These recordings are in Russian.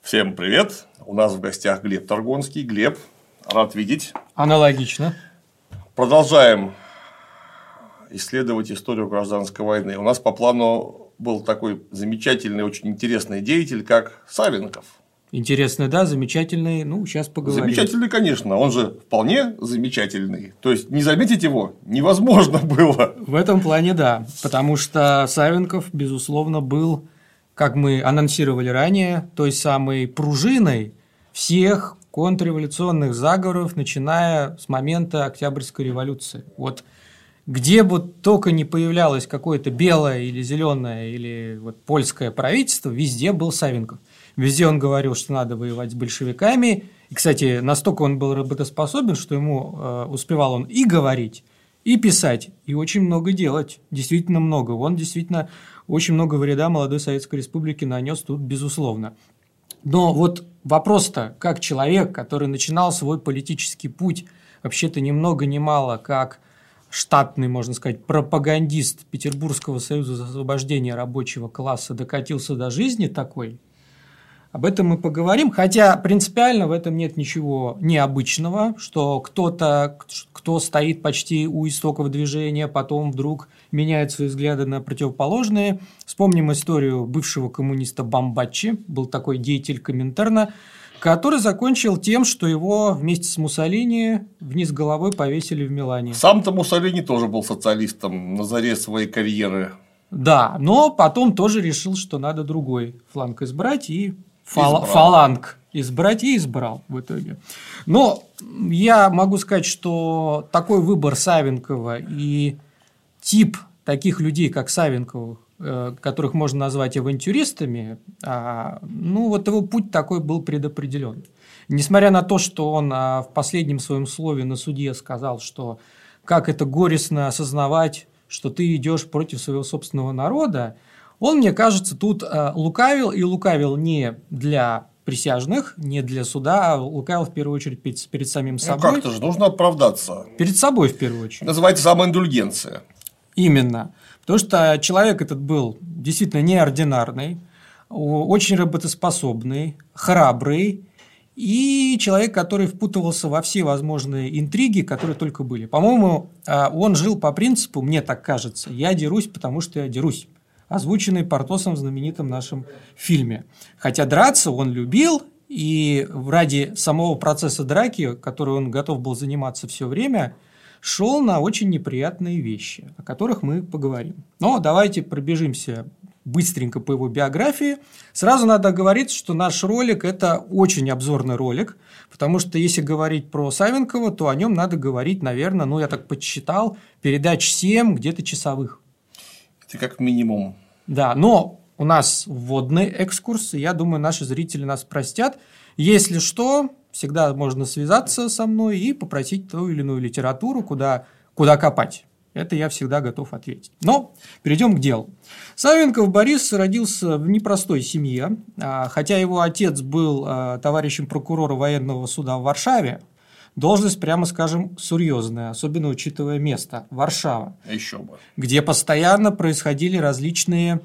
Всем привет! У нас в гостях Глеб Таргонский. Глеб, рад видеть. Аналогично. Продолжаем исследовать историю гражданской войны. У нас по плану был такой замечательный, очень интересный деятель, как Савенков. Интересный, да, замечательный. Ну, сейчас поговорим. Замечательный, конечно. Он же вполне замечательный. То есть, не заметить его невозможно было. В этом плане, да. Потому что Савенков, безусловно, был, как мы анонсировали ранее, той самой пружиной всех контрреволюционных заговоров, начиная с момента Октябрьской революции. Вот где бы только не появлялось какое-то белое или зеленое или вот польское правительство, везде был Савенков. Везде он говорил, что надо воевать с большевиками. И, кстати, настолько он был работоспособен, что ему успевал он и говорить, и писать, и очень много делать. Действительно много. Он действительно очень много вреда молодой Советской Республике нанес тут, безусловно. Но вот вопрос-то, как человек, который начинал свой политический путь, вообще-то ни много ни мало, как штатный, можно сказать, пропагандист Петербургского союза за освобождение рабочего класса, докатился до жизни такой. Об этом мы поговорим, хотя принципиально в этом нет ничего необычного, что кто-то, кто стоит почти у истоков движения, потом вдруг меняет свои взгляды на противоположные. Вспомним историю бывшего коммуниста Бамбаччи, был такой деятель Коминтерна, который закончил тем, что его вместе с Муссолини вниз головой повесили в Милане. Сам-то Муссолини тоже был социалистом на заре своей карьеры. Да, но потом тоже решил, что надо другой фланг избрать, и фаланг избрать, и избрал в итоге. Но я могу сказать, что такой выбор Савенкова и тип таких людей, как Савенков, которых можно назвать авантюристами, ну вот его путь такой был предопределен. Несмотря на то, что он в последнем своем слове на суде сказал, что как это горестно осознавать, что ты идешь против своего собственного народа, он, мне кажется, тут лукавил, и лукавил не для присяжных, не для суда, а лукавил в первую очередь перед самим собой. Ну как-то же нужно оправдаться. Перед собой в первую очередь. Называется самоиндульгенция. Именно. Потому что человек этот был действительно неординарный, очень работоспособный, храбрый и человек, который впутывался во все возможные интриги, которые только были. По-моему, он жил по принципу, мне так кажется, я дерусь, потому что я дерусь, озвученный Портосом в знаменитом нашем фильме. Хотя драться он любил, и ради самого процесса драки, который он готов был заниматься все время, шел на очень неприятные вещи, о которых мы поговорим. Но давайте пробежимся быстренько по его биографии. Сразу надо оговориться, что наш ролик – это очень обзорный ролик, потому что если говорить про Савенкова, то о нем надо говорить, наверное, ну я так подсчитал, передач 7 где-то часовых. Это как минимум. Да, но у нас вводный экскурс, и я думаю, наши зрители нас простят. Если что, всегда можно связаться со мной и попросить ту или иную литературу, куда копать. Это я всегда готов ответить. Но перейдем к делу. Савенков Борис родился в непростой семье, хотя его отец был товарищем прокурора военного суда в Варшаве. Должность, прямо скажем, серьезная, особенно учитывая место – Варшава, Еще бы. где постоянно происходили различные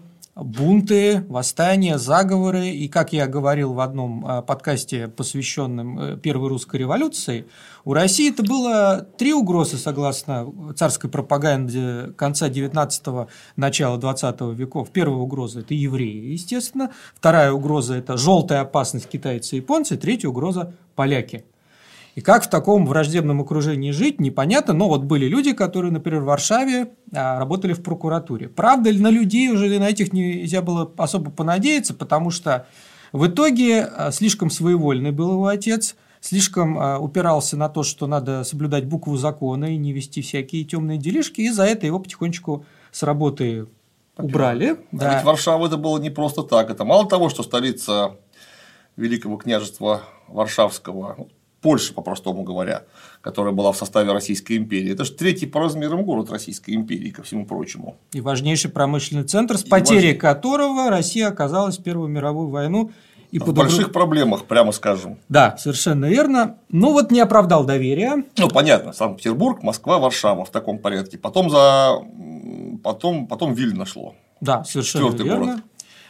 бунты, восстания, заговоры. И, как я говорил в одном подкасте, посвященном Первой русской революции, у России это было 3 угрозы, согласно царской пропаганде конца 19-го, начала 20 веков. Первая угроза – это евреи, естественно. Вторая угроза – это желтая опасность китайцы и японцы. Третья угроза – поляки. И как в таком враждебном окружении жить, непонятно, но вот были люди, которые, например, в Варшаве работали в прокуратуре. Правда, на людей уже на этих нельзя было особо понадеяться, потому что в итоге слишком своевольный был его отец, слишком упирался на то, что надо соблюдать букву закона и не вести всякие темные делишки, и за это его потихонечку с работы убрали. Да. Ведь Варшава это было не просто так. Это мало того, что столица Великого княжества Варшавского, Польша, по-простому говоря, которая была в составе Российской империи. Это же 3-й по размерам город Российской империи, ко всему прочему. И важнейший промышленный центр, с потерей которого Россия оказалась в Первую мировую войну. И в больших проблемах, прямо скажем. Да, совершенно верно. Но вот не оправдал доверия. Ну, понятно, Санкт-Петербург, Москва, Варшава в таком порядке. Потом Вильно шло. Да, совершенно верно. Город.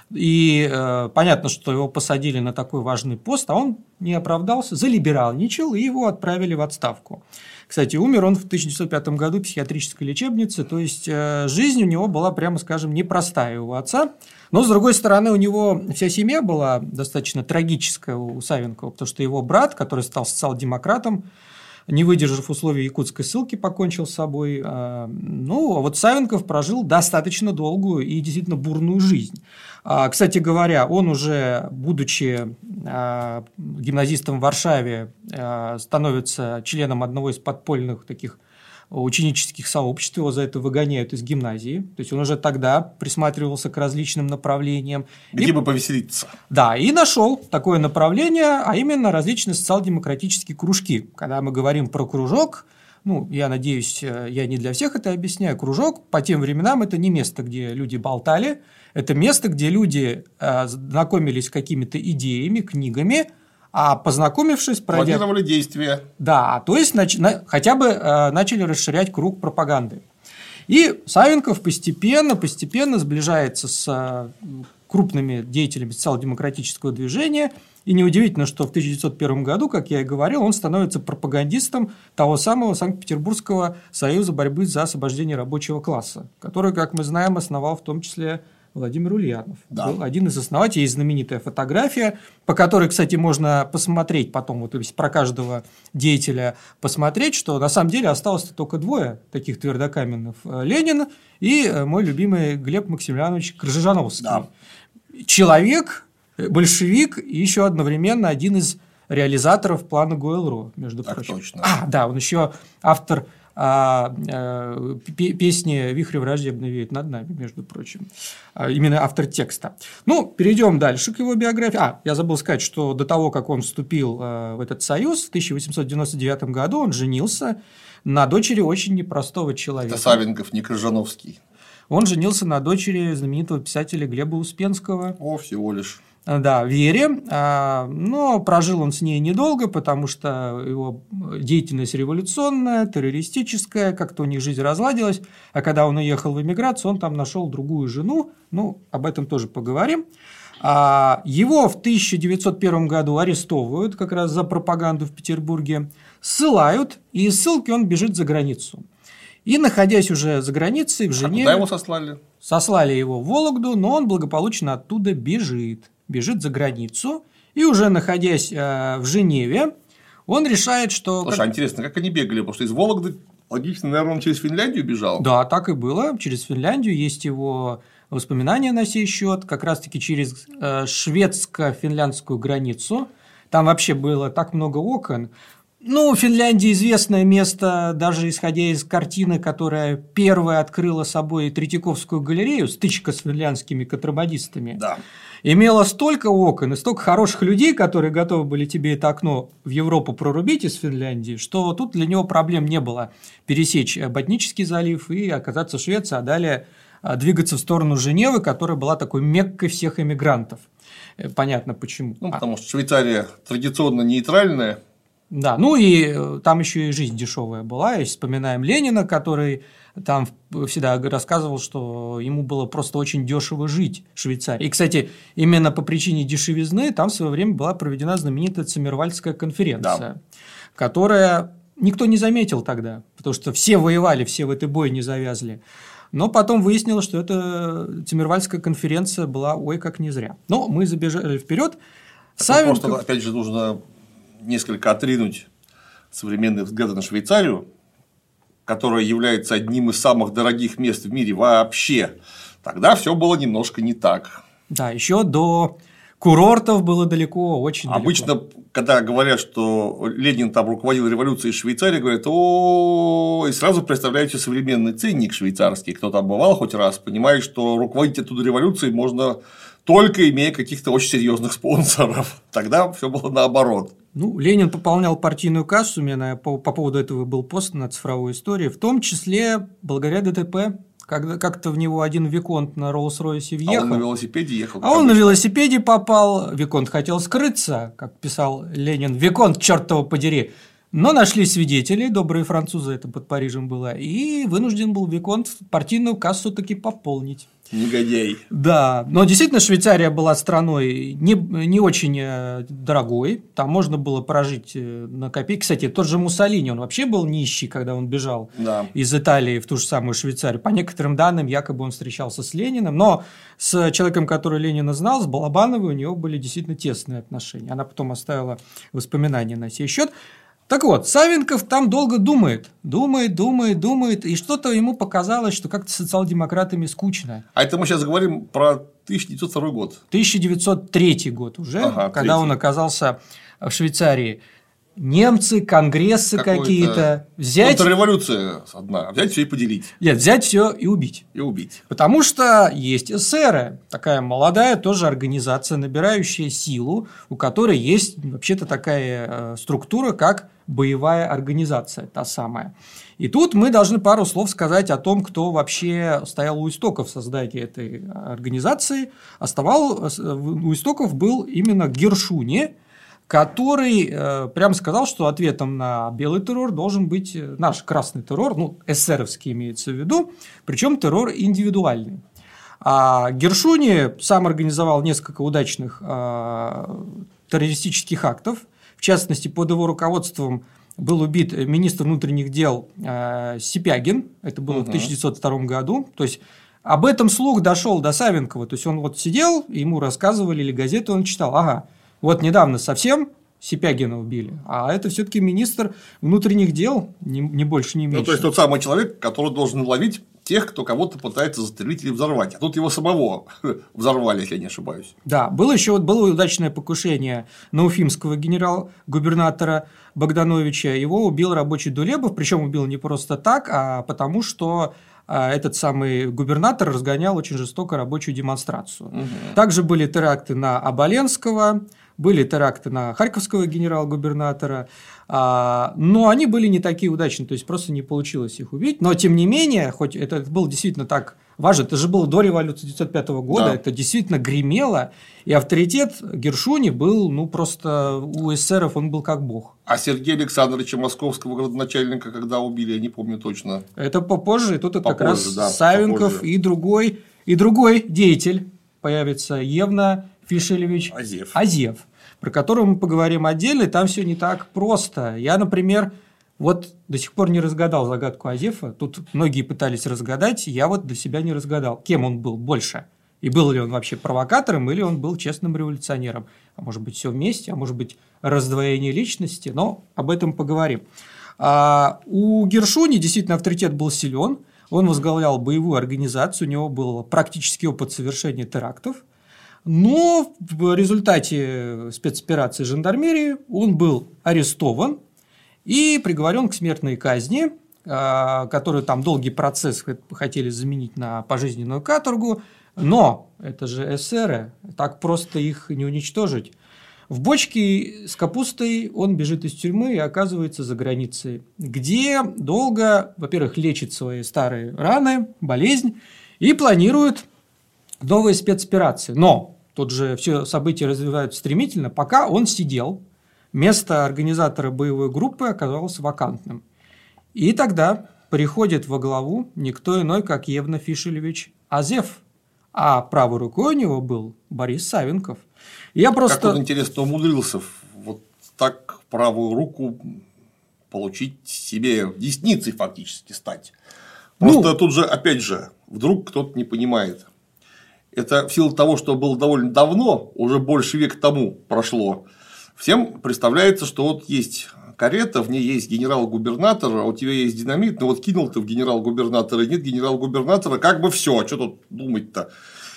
И понятно, что его посадили на такой важный пост, а он не оправдался, залиберальничал, и его отправили в отставку. Кстати, умер он в 1905 году в психиатрической лечебнице, то есть жизнь у него была, прямо скажем, непростая у его отца. Но, с другой стороны, у него вся семья была достаточно трагическая у Савенкова, потому что его брат, который стал социал-демократом, не выдержав условий якутской ссылки, покончил с собой. Ну, а вот Савенков прожил достаточно долгую и действительно бурную жизнь. Кстати говоря, он уже, будучи гимназистом в Варшаве, становится членом одного из подпольных таких ученических сообществ, его за это выгоняют из гимназии. То есть он уже тогда присматривался к различным направлениям. Где бы повеселиться. Да, и нашел такое направление, а именно различные социал-демократические кружки. Когда мы говорим про кружок, ну, я надеюсь, я не для всех это объясняю, кружок по тем временам это не место, где люди болтали, это место, где люди знакомились с какими-то идеями, книгами, а познакомившись, планировали действия. Да, то есть хотя бы начали расширять круг пропаганды. И Савенков постепенно сближается с крупными деятелями социал-демократического движения. И неудивительно, что в 1901 году, как я и говорил, он становится пропагандистом того самого Санкт-Петербургского союза борьбы за освобождение рабочего класса, который, как мы знаем, основал в том числе Владимир Ульянов. Да. Был один из основателей, есть знаменитая фотография, по которой, кстати, можно посмотреть потом, вот про каждого деятеля посмотреть, что на самом деле осталось только двое таких твердокаменных: Ленин и мой любимый Глеб Максимiliaнович Крыжижановский. Да. Человек, большевик и еще одновременно один из реализаторов плана Гойл-Ро, между прочим. Точно. Да, он еще автор песни «Вихри враждебно веют над нами», между прочим. Именно автор текста. Ну, перейдем дальше к его биографии. Я забыл сказать, что до того, как он вступил в этот союз, в 1899 году он женился на дочери очень непростого человека. Это Савенков, не Крыжановский. Он женился на дочери знаменитого писателя Глеба Успенского. Всего лишь. Да, Вере, но прожил он с ней недолго, потому что его деятельность революционная, террористическая, как-то у них жизнь разладилась, а когда он уехал в эмиграцию, он там нашел другую жену, ну, об этом тоже поговорим. Его в 1901 году арестовывают как раз за пропаганду в Петербурге, ссылают, и из ссылки он бежит за границу. И, находясь уже за границей, в Женеве… Куда его сослали? Сослали его в Вологду, но он благополучно оттуда бежит за границу, и уже находясь в Женеве, он решает, что… Слушай, интересно, как они бегали? Потому что из Вологды логично, наверное, он через Финляндию бежал? Да, так и было. Через Финляндию есть его воспоминания на сей счет, как раз-таки через шведско-финляндскую границу. Там вообще было так много окон. Ну, Финляндия известное место, даже исходя из картины, которая первая открыла собой Третьяковскую галерею, стычка с финляндскими контрабандистами. Да. Имела столько окон и столько хороших людей, которые готовы были тебе это окно в Европу прорубить из Финляндии, что тут для него проблем не было пересечь Ботнический залив и оказаться в Швеции, а далее двигаться в сторону Женевы, которая была такой меккой всех эмигрантов. Понятно почему. Ну, потому что Швейцария традиционно нейтральная. Да, ну и там еще и жизнь дешевая была. Если вспоминаем Ленина, который там всегда рассказывал, что ему было просто очень дешево жить в Швейцарии. И, кстати, именно по причине дешевизны там в свое время была проведена знаменитая Циммервальдская конференция, да, которая никто не заметил тогда, потому что все воевали, все в этой бойне завязли. Но потом выяснилось, что эта Циммервальдская конференция была ой как не зря. Но мы забежали вперед. Савенков… Просто, опять же, нужно несколько отринуть современные взгляды на Швейцарию, которая является одним из самых дорогих мест в мире вообще. Тогда все было немножко не так. Да, еще до курортов было далеко, очень Обычно, далеко. Когда говорят, что Ленин там руководил революцией в Швейцарии, говорят: и сразу представляете современный ценник швейцарский. Кто там бывал хоть раз, понимает, что руководить оттуда революцией можно только имея каких-то очень серьезных спонсоров. Тогда все было наоборот. Ну, Ленин пополнял партийную кассу, у меня по поводу этого был пост на цифровой истории, в том числе благодаря ДТП. Как-то в него один виконт на Роллс-Ройсе въехал. А он на велосипеде ехал. А он на велосипеде попал, виконт хотел скрыться, как писал Ленин, виконт, черт его подери. Но нашли свидетелей, добрые французы, это под Парижем было, и вынужден был виконт партийную кассу таки пополнить. Негодяй. Да, но действительно Швейцария была страной не очень дорогой, там можно было прожить на копейки. Кстати, тот же Муссолини, он вообще был нищий, когда он бежал из Италии в ту же самую Швейцарию. По некоторым данным, якобы он встречался с Лениным, но с человеком, который Ленина знал, с Балабановой, у него были действительно тесные отношения. Она потом оставила воспоминания на сей счет. Так вот, Савенков там долго думает, и что-то ему показалось, что как-то с социал-демократами скучно. А это мы сейчас говорим про 1902 год. 1903 год уже, когда он оказался в Швейцарии. Немцы, конгрессы какие-то. Контрреволюция одна. Взять все и поделить. Нет, взять все и убить. Потому что есть эсеры. Такая молодая тоже организация, набирающая силу, у которой есть вообще-то такая структура, как боевая организация, та самая. И тут мы должны пару слов сказать о том, кто вообще стоял у истоков создания этой организации. У истоков был именно Гершуни, который прямо сказал, что ответом на белый террор должен быть наш красный террор, эсеровский имеется в виду, причем террор индивидуальный. А Гершуни сам организовал несколько удачных террористических актов, в частности, под его руководством был убит министр внутренних дел Сипягин, это было в 1902 году, то есть об этом слух дошел до Савенкова, то есть он вот сидел, ему рассказывали, или газеты он читал, вот недавно совсем Сипягина убили, а это все-таки министр внутренних дел, не больше, не меньше. То есть тот самый человек, который должен ловить тех, кто кого-то пытается застрелить или взорвать. А тут его самого взорвали, если я не ошибаюсь. Да, было удачное покушение на уфимского генерал-губернатора Богдановича. Его убил рабочий Дулебов, причем убил не просто так, а потому что этот самый губернатор разгонял очень жестоко рабочую демонстрацию. Также были теракты на Оболенского, были теракты на харьковского генерал-губернатора, но они были не такие удачные, то есть просто не получилось их убить. Но тем не менее, хоть это было действительно так важно, это же было до революции 1905 года, это действительно гремело, и авторитет Гершуни был, просто у эсеров он был как бог. А Сергея Александровича, московского градоначальника, когда убили, я не помню точно. Это попозже, и тут как раз Савенков и другой деятель появится, Евна Фишелевич Азев, про которого мы поговорим отдельно, и там все не так просто. Я, например, до сих пор не разгадал загадку Азефа, тут многие пытались разгадать, я для себя не разгадал, кем он был больше, и был ли он вообще провокатором, или он был честным революционером, а может быть, все вместе, а может быть, раздвоение личности, но об этом поговорим. У Гершуни действительно авторитет был силен, он возглавлял боевую организацию, у него был практический опыт совершения терактов, но в результате спецоперации жандармерии он был арестован и приговорен к смертной казни, которую там долгий процесс хотели заменить на пожизненную каторгу, но это же эсеры, так просто их не уничтожить. В бочке с капустой он бежит из тюрьмы и оказывается за границей, где долго, во-первых, лечит свои старые раны, болезнь, и планирует новые спецоперации. Но тут же все события развиваются стремительно. Пока он сидел, место организатора боевой группы оказалось вакантным. И тогда приходит во главу никто иной, как Евна Фишелевич Азев, а правой рукой у него был Борис Савенков. Как он, интересно, умудрился вот так правую руку получить себе десницей фактически стать. Просто тут же, опять же, вдруг кто-то не понимает. Это в силу того, что было довольно давно, уже больше века тому прошло. Всем представляется, что есть карета, в ней есть генерал-губернатор, а у тебя есть динамит, но кинул ты в генерал-губернатора, и нет генерал-губернатора, как бы все, что тут думать-то.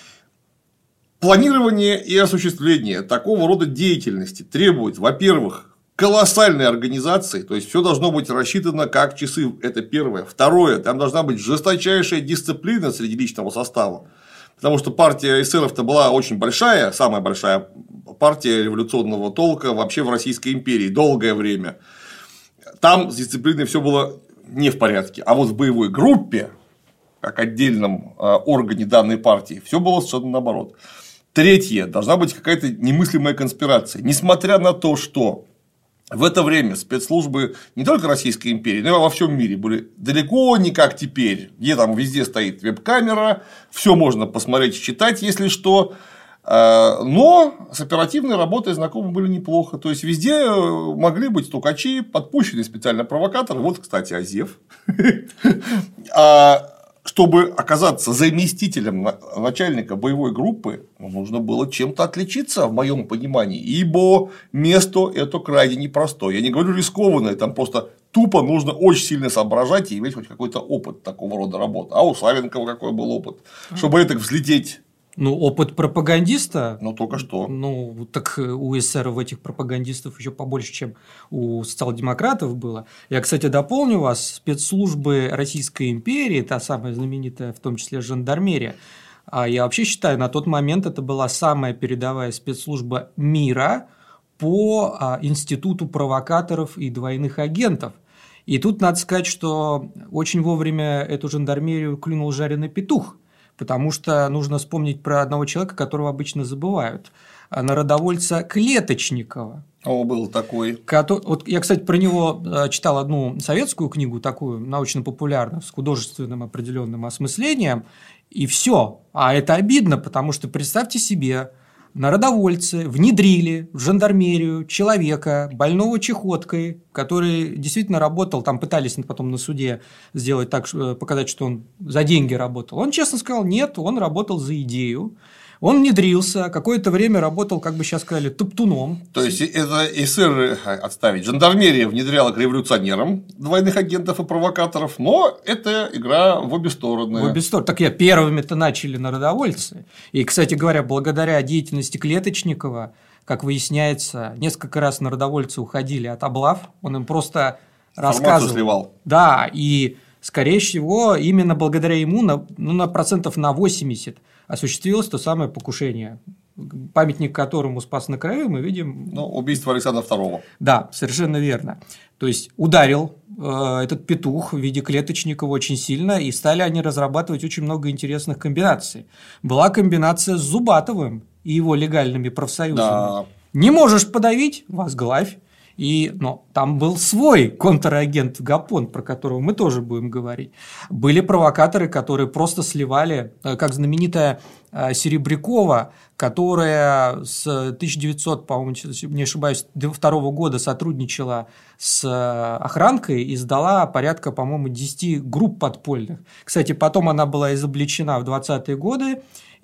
Планирование и осуществление такого рода деятельности требует, во-первых, колоссальной организации, то есть все должно быть рассчитано как часы, это первое. Второе, там должна быть жесточайшая дисциплина среди личного состава. Потому что партия эсеров-то была очень большая, самая большая партия революционного толка вообще в Российской империи долгое время. Там с дисциплиной все было не в порядке. А вот в боевой группе, как отдельном органе данной партии, все было совершенно наоборот. Третье, должна быть какая-то немыслимая конспирация. Несмотря на то, что В это время спецслужбы не только Российской империи, но и во всем мире были далеко не как теперь, где там везде стоит веб-камера, все можно посмотреть, читать, если что. Но с оперативной работой знакомы были неплохо. То есть везде могли быть стукачи, подпущенные специально провокаторы. Вот, кстати, Азев. Чтобы оказаться заместителем начальника боевой группы, нужно было чем-то отличиться, в моем понимании, ибо место это крайне непростое. Я не говорю рискованное, там просто тупо нужно очень сильно соображать и иметь хоть какой-то опыт такого рода работы. А у Савенкова какой был опыт, чтобы это взлететь. Ну, опыт пропагандиста. Ну, только что. Ну, так у СССР в этих пропагандистов еще побольше, чем у социал-демократов было. Я, кстати, дополню вас, спецслужбы Российской империи, та самая знаменитая, в том числе жандармерия, я вообще считаю, на тот момент это была самая передовая спецслужба мира по институту провокаторов и двойных агентов. И тут надо сказать, что очень вовремя эту жандармерию клюнул жареный петух. Потому что нужно вспомнить про одного человека, которого обычно забывают. Народовольца Клеточникова. О, был такой. Вот я, кстати, про него читал одну советскую книгу, такую научно-популярную, с художественным определенным осмыслением, и все. А это обидно, потому что представьте себе, народовольцы внедрили в жандармерию человека, больного чехоткой, который действительно работал, там пытались потом на суде сделать так, показать, что он за деньги работал. Он честно сказал, нет, он работал за идею. Он внедрился, какое-то время работал, как бы сейчас сказали, топтуном. То есть, это СССР отставить. Жандармерия внедряла к революционерам двойных агентов и провокаторов, но это игра в обе стороны. В обе стороны. Так первыми-то начали народовольцы. И, кстати говоря, благодаря деятельности Клеточникова, как выясняется, несколько раз народовольцы уходили от облав, он им просто рассказывал. Сливал. Да, и, скорее всего, именно благодаря ему на процентов на 80 осуществилось то самое покушение, памятник которому «Спас на краю» мы видим. Ну, убийство Александра II. Да, совершенно верно. То есть ударил этот петух в виде Клеточникова очень сильно, и стали они разрабатывать очень много интересных комбинаций. Была комбинация с Зубатовым и его легальными профсоюзами. Да. Не можешь подавить – возглавь. Но там был свой контрагент Гапон, про которого мы тоже будем говорить. Были провокаторы, которые просто сливали, как знаменитая Серебрякова, которая с 1900, по-моему, не ошибаюсь, 2 года сотрудничала с охранкой и сдала порядка, по-моему, 10 групп подпольных. Кстати, потом она была изобличена в 20-е годы,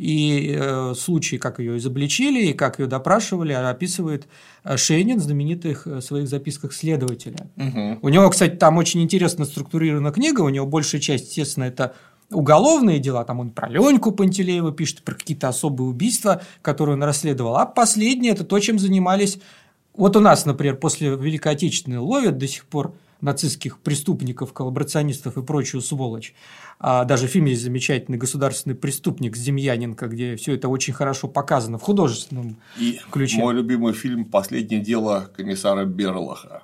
и случай, как ее изобличили и как ее допрашивали, описывает Шейнин в знаменитых своих записках следователя. Угу. У него, кстати, там очень интересно структурирована книга, у него большая часть, естественно, это уголовные дела, там он про Леньку Пантелеева пишет, про какие-то особые убийства, которые он расследовал, а последнее – это то, чем занимались. Вот у нас, например, после Великой Отечественной ловят до сих пор нацистских преступников, коллаборационистов и прочую сволочь. Даже в фильме есть замечательный «Государственный преступник» с Демьяненко, где все это очень хорошо показано в художественном ключе. Мой любимый фильм «Последнее дело комиссара Берлаха».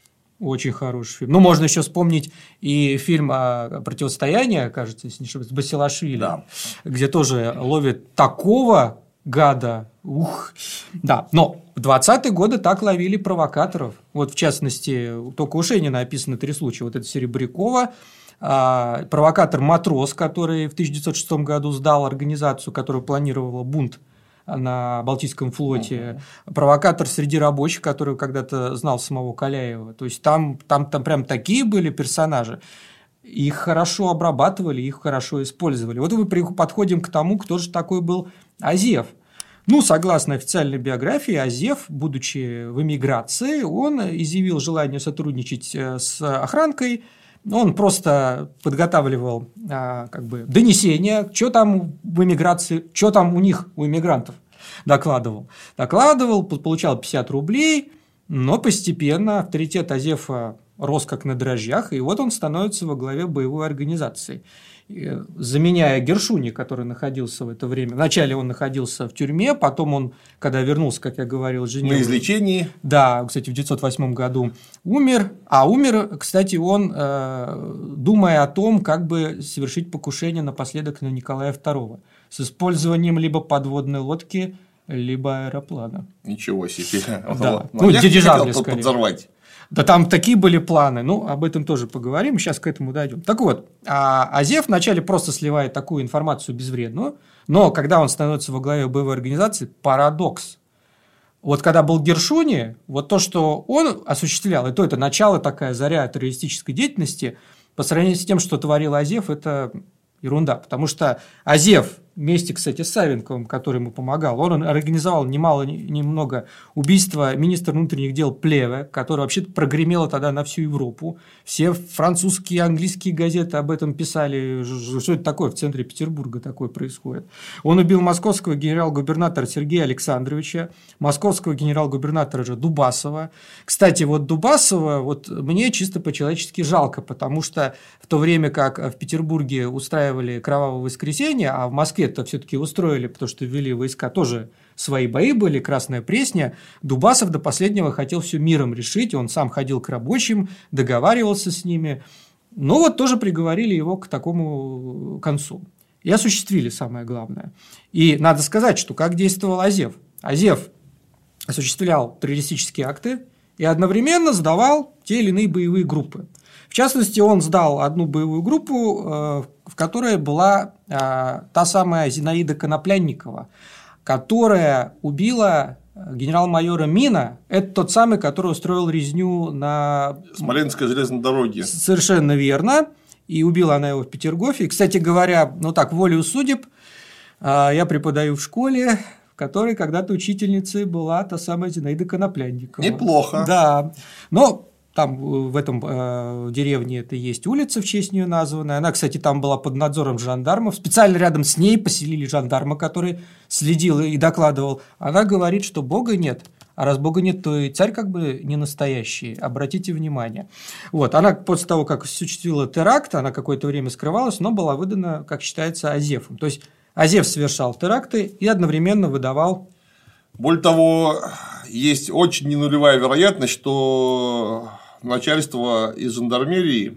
Очень хороший фильм. Ну, можно еще вспомнить и фильм «Противостояние», кажется, если не ошибаюсь, с Басилашвили, да, где тоже ловят такого гада. Ух. Да, но в 20-е годы так ловили провокаторов. Вот, в частности, только у Шейнина описано 3 случая. Вот это Серебрякова, провокатор Матрос, который в 1906 году сдал организацию, которая планировала бунт на Балтийском флоте, провокатор среди рабочих, который когда-то знал самого Каляева. То есть там прям такие были персонажи. Их хорошо обрабатывали, их хорошо использовали. Вот мы подходим к тому, кто же такой был Азев. Ну, согласно официальной биографии, Азев, будучи в эмиграции, он изъявил желание сотрудничать с охранкой. Он просто подготавливал донесения, что там в эмиграции, что там у них, у эмигрантов, докладывал, получал 50 рублей, но постепенно авторитет Азефа рос как на дрожжах, и вот он становится во главе боевой организации, заменяя Гершуни, который находился в это время. Вначале он находился в тюрьме, потом он, когда вернулся, как я говорил, жене. На излечении. Да, кстати, в 1908 году умер. А умер, кстати, он, думая о том, как бы совершить покушение напоследок на Николая II с использованием либо подводной лодки, либо аэроплана. Ничего себе. Да. Я дирижабли, хотел скорее. подзорвать. Да там такие были планы, об этом тоже поговорим, сейчас к этому дойдем. Так вот, Азев вначале просто сливает такую информацию безвредную, но когда он становится во главе боевой организации, парадокс. Вот когда был Гершуни, вот то, что он осуществлял, и то это начало, такая заря террористической деятельности, по сравнению с тем, что творил Азев, это ерунда. Потому что Азев вместе, кстати, с Савенковым, который ему помогал, он организовал немного убийства министра внутренних дел Плеве, который вообще-то прогремело тогда на всю Европу. Все французские и английские газеты об этом писали, что это такое в центре Петербурга такое происходит. Он убил московского генерал-губернатора Сергея Александровича, московского генерал-губернатора же Дубасова. Кстати, вот Дубасова мне чисто по-человечески жалко, потому что в то время как в Петербурге устраивали кровавое воскресенье, а в Москве это все-таки устроили, потому что ввели войска, тоже свои бои были, Красная Пресня. Дубасов до последнего хотел все миром решить, он сам ходил к рабочим, договаривался с ними, но вот тоже приговорили его к такому концу. И осуществили самое главное. И надо сказать, что как действовал Азев. Азев осуществлял террористические акты и одновременно сдавал те или иные боевые группы. В частности, он сдал одну боевую группу, в которой была та самая Зинаида Коноплянникова, которая убила генерал-майора Мина. Это тот самый, который устроил резню на Смоленской железной дороге. Совершенно верно. И убила она его в Петергофе. И, кстати говоря, волею судеб, я преподаю в школе, в которой когда-то учительницей была та самая Зинаида Коноплянникова. Неплохо. Да. Но там в этом деревне это есть улица в честь нее названная. Она, кстати, там была под надзором жандармов. Специально рядом с ней поселили жандарма, который следил и докладывал. Она говорит, что Бога нет. А раз Бога нет, то и царь как бы не настоящий. Обратите внимание. Вот. Она после того, как осуществила теракт, она какое-то время скрывалась, но была выдана, как считается, Азефом. То есть Азеф совершал теракты и одновременно выдавал. Более того, есть очень ненулевая вероятность, что начальство из жандармерии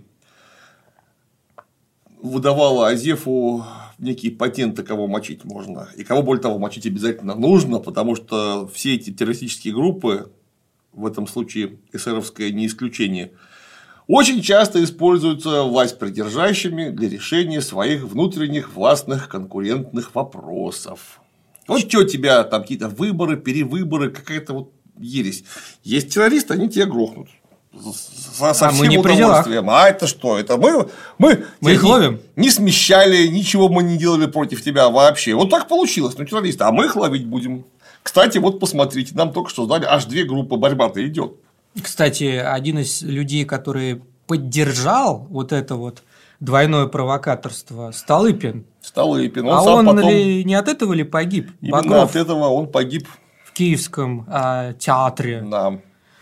выдавало Азефу некие патенты, кого мочить можно. И кого, более того, мочить обязательно нужно, потому что все эти террористические группы, в этом случае эсеровское не исключение, очень часто используются властьпридержащими для решения своих внутренних властных конкурентных вопросов. Вот что у тебя там какие-то выборы, перевыборы, какая-то ересь. Есть террористы, они тебя грохнут. Со всем не удовольствием. А это что? Это мы их ловим. Не смещали, ничего мы не делали против тебя вообще. Вот так получилось, террористы. А мы их ловить будем. Кстати, вот посмотрите, нам только что сдали аж 2 группы, борьба-то идет. Кстати, один из людей, который поддержал вот это двойное провокаторство, Столыпин. Он потом... не от этого ли погиб? Именно Багров от этого он погиб. В Киевском театре. Да.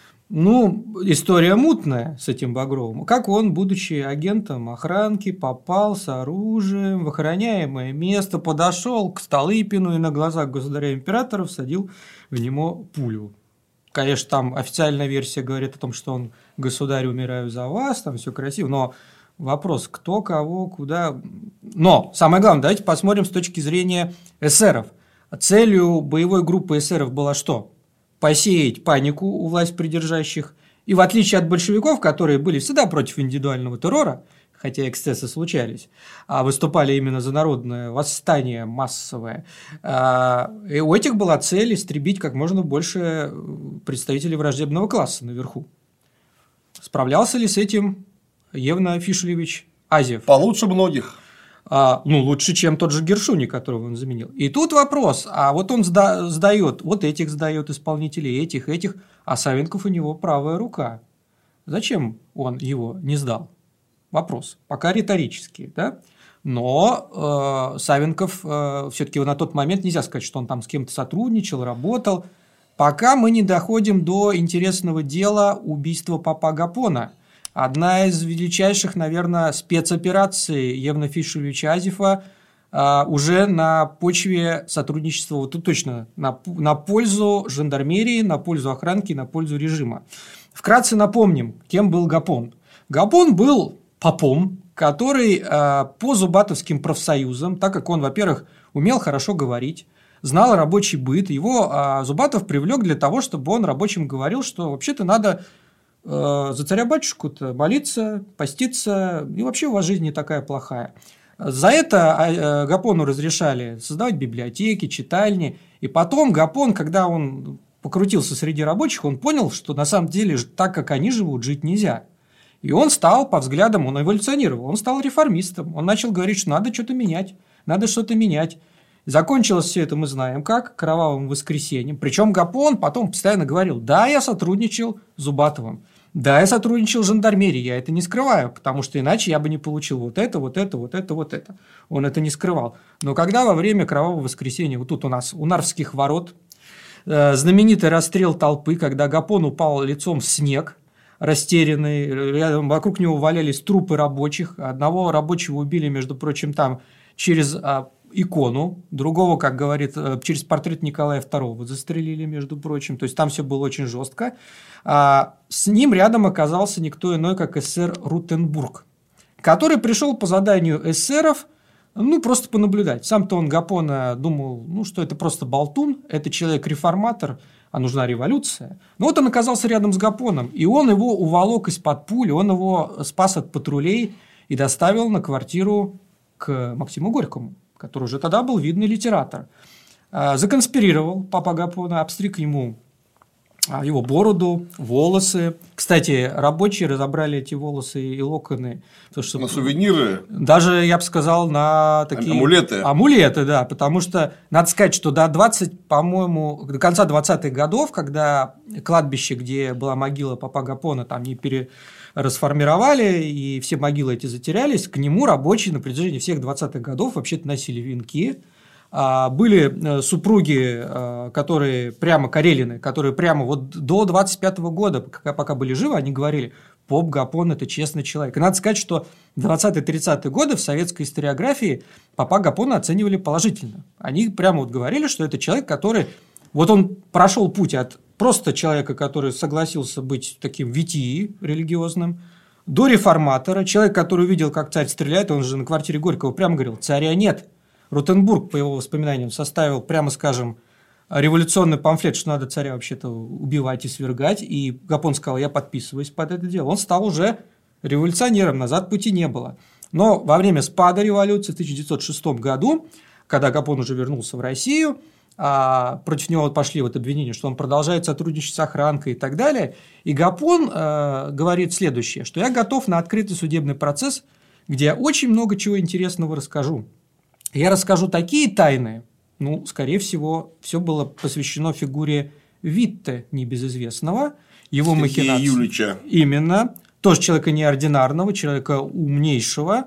История мутная с этим Багровым. Как он, будучи агентом охранки, попал с оружием в охраняемое место, подошел к Столыпину и на глазах государя-императора всадил в него пулю. Конечно, там официальная версия говорит о том, что он: государь, умираю за вас, там все красиво, но вопрос, кто, кого, куда. Но самое главное, давайте посмотрим с точки зрения эсеров. Целью боевой группы эсеров была что? Посеять панику у властьпридержащих. И в отличие от большевиков, которые были всегда против индивидуального террора, хотя эксцессы случались, а выступали именно за народное восстание массовое, и у этих была цель истребить как можно больше представителей враждебного класса наверху. Справлялся ли с этим Евна Фишелевич Азев? Получше многих. Лучше, чем тот же Гершуни, которого он заменил. И тут вопрос, он сдает, этих сдает исполнителей, этих, а Савенков у него правая рука. Зачем он его не сдал? Вопрос. Пока риторический, да? Но Савенков все-таки на тот момент нельзя сказать, что он там с кем-то сотрудничал, работал. Пока мы не доходим до интересного дела убийства папа Гапона. Одна из величайших, наверное, спецопераций Евна Фишелевича Азефа уже на почве сотрудничества, тут точно, на пользу жандармерии, на пользу охранки, на пользу режима. Вкратце напомним, кем был Гапон. Гапон был попом, который по зубатовским профсоюзам, так как он, во-первых, умел хорошо говорить, знал рабочий быт. Его Зубатов привлек для того, чтобы он рабочим говорил, что вообще-то надо за царя-батюшку-то молиться, поститься, и вообще у вас жизнь не такая плохая. За это Гапону разрешали создавать библиотеки, читальни. И потом Гапон, когда он покрутился среди рабочих, он понял, что на самом деле так, как они живут, жить нельзя. И он стал, по взглядам, он эволюционировал, он стал реформистом. Он начал говорить, что надо что-то менять, надо что-то менять. Закончилось все это, мы знаем как, кровавым воскресеньем. Причем Гапон потом постоянно говорил, да, я сотрудничал с Зубатовым, да, я сотрудничал с жандармерией, я это не скрываю, потому что иначе я бы не получил вот это. Он это не скрывал. Но когда во время кровавого воскресенья, вот тут у нас у Нарвских ворот, знаменитый расстрел толпы, когда Гапон упал лицом в снег, растерянный, рядом, вокруг него валялись трупы рабочих, одного рабочего убили, между прочим, там через икону, другого, как говорит, через портрет Николая II застрелили, между прочим, то есть там все было очень жестко. С ним рядом оказался никто иной, как эсер Рутенбург, который пришел по заданию эсеров, просто понаблюдать. Сам-то он Гапона думал, что это просто болтун, это человек-реформатор, а нужна революция. Но вот он оказался рядом с Гапоном, и он его уволок из-под пули, он его спас от патрулей и доставил на квартиру к Максиму Горькому, который уже тогда был видный литератор. Законспирировал папа Гапона, обстриг ему его бороду, волосы. Кстати, рабочие разобрали эти волосы и локоны. На сувениры? Даже, я бы сказал, на такие… Амулеты. Амулеты, да. Потому что, надо сказать, что до конца 20-х годов, когда кладбище, где была могила папа Гапона, там не расформировали, и все могилы эти затерялись, к нему рабочие на протяжении всех 20-х годов вообще-то носили венки. Были супруги, которые прямо Карелины, которые прямо вот до 25-го года, пока были живы, они говорили, поп Гапон – это честный человек. И надо сказать, что в 20-30-е годы в советской историографии папа Гапона оценивали положительно. Они прямо вот говорили, что это человек, который… Вот он прошел путь от просто человека, который согласился быть таким витией религиозным, до реформатора, человек, который увидел, как царь стреляет, он же на квартире Горького прямо говорил, царя нет. Рутенбург, по его воспоминаниям, составил, прямо скажем, революционный памфлет, что надо царя вообще-то убивать и свергать, и Гапон сказал, я подписываюсь под это дело. Он стал уже революционером, назад пути не было. Но во время спада революции в 1906 году, когда Гапон уже вернулся в Россию, против него пошли вот обвинения, что он продолжает сотрудничать с охранкой и так далее, и Гапон говорит следующее, что я готов на открытый судебный процесс, где я очень много чего интересного расскажу. Я расскажу такие тайны, скорее всего, все было посвящено фигуре Витте, небезызвестного, его махинации. Юлича. Именно. Тоже человека неординарного, человека умнейшего,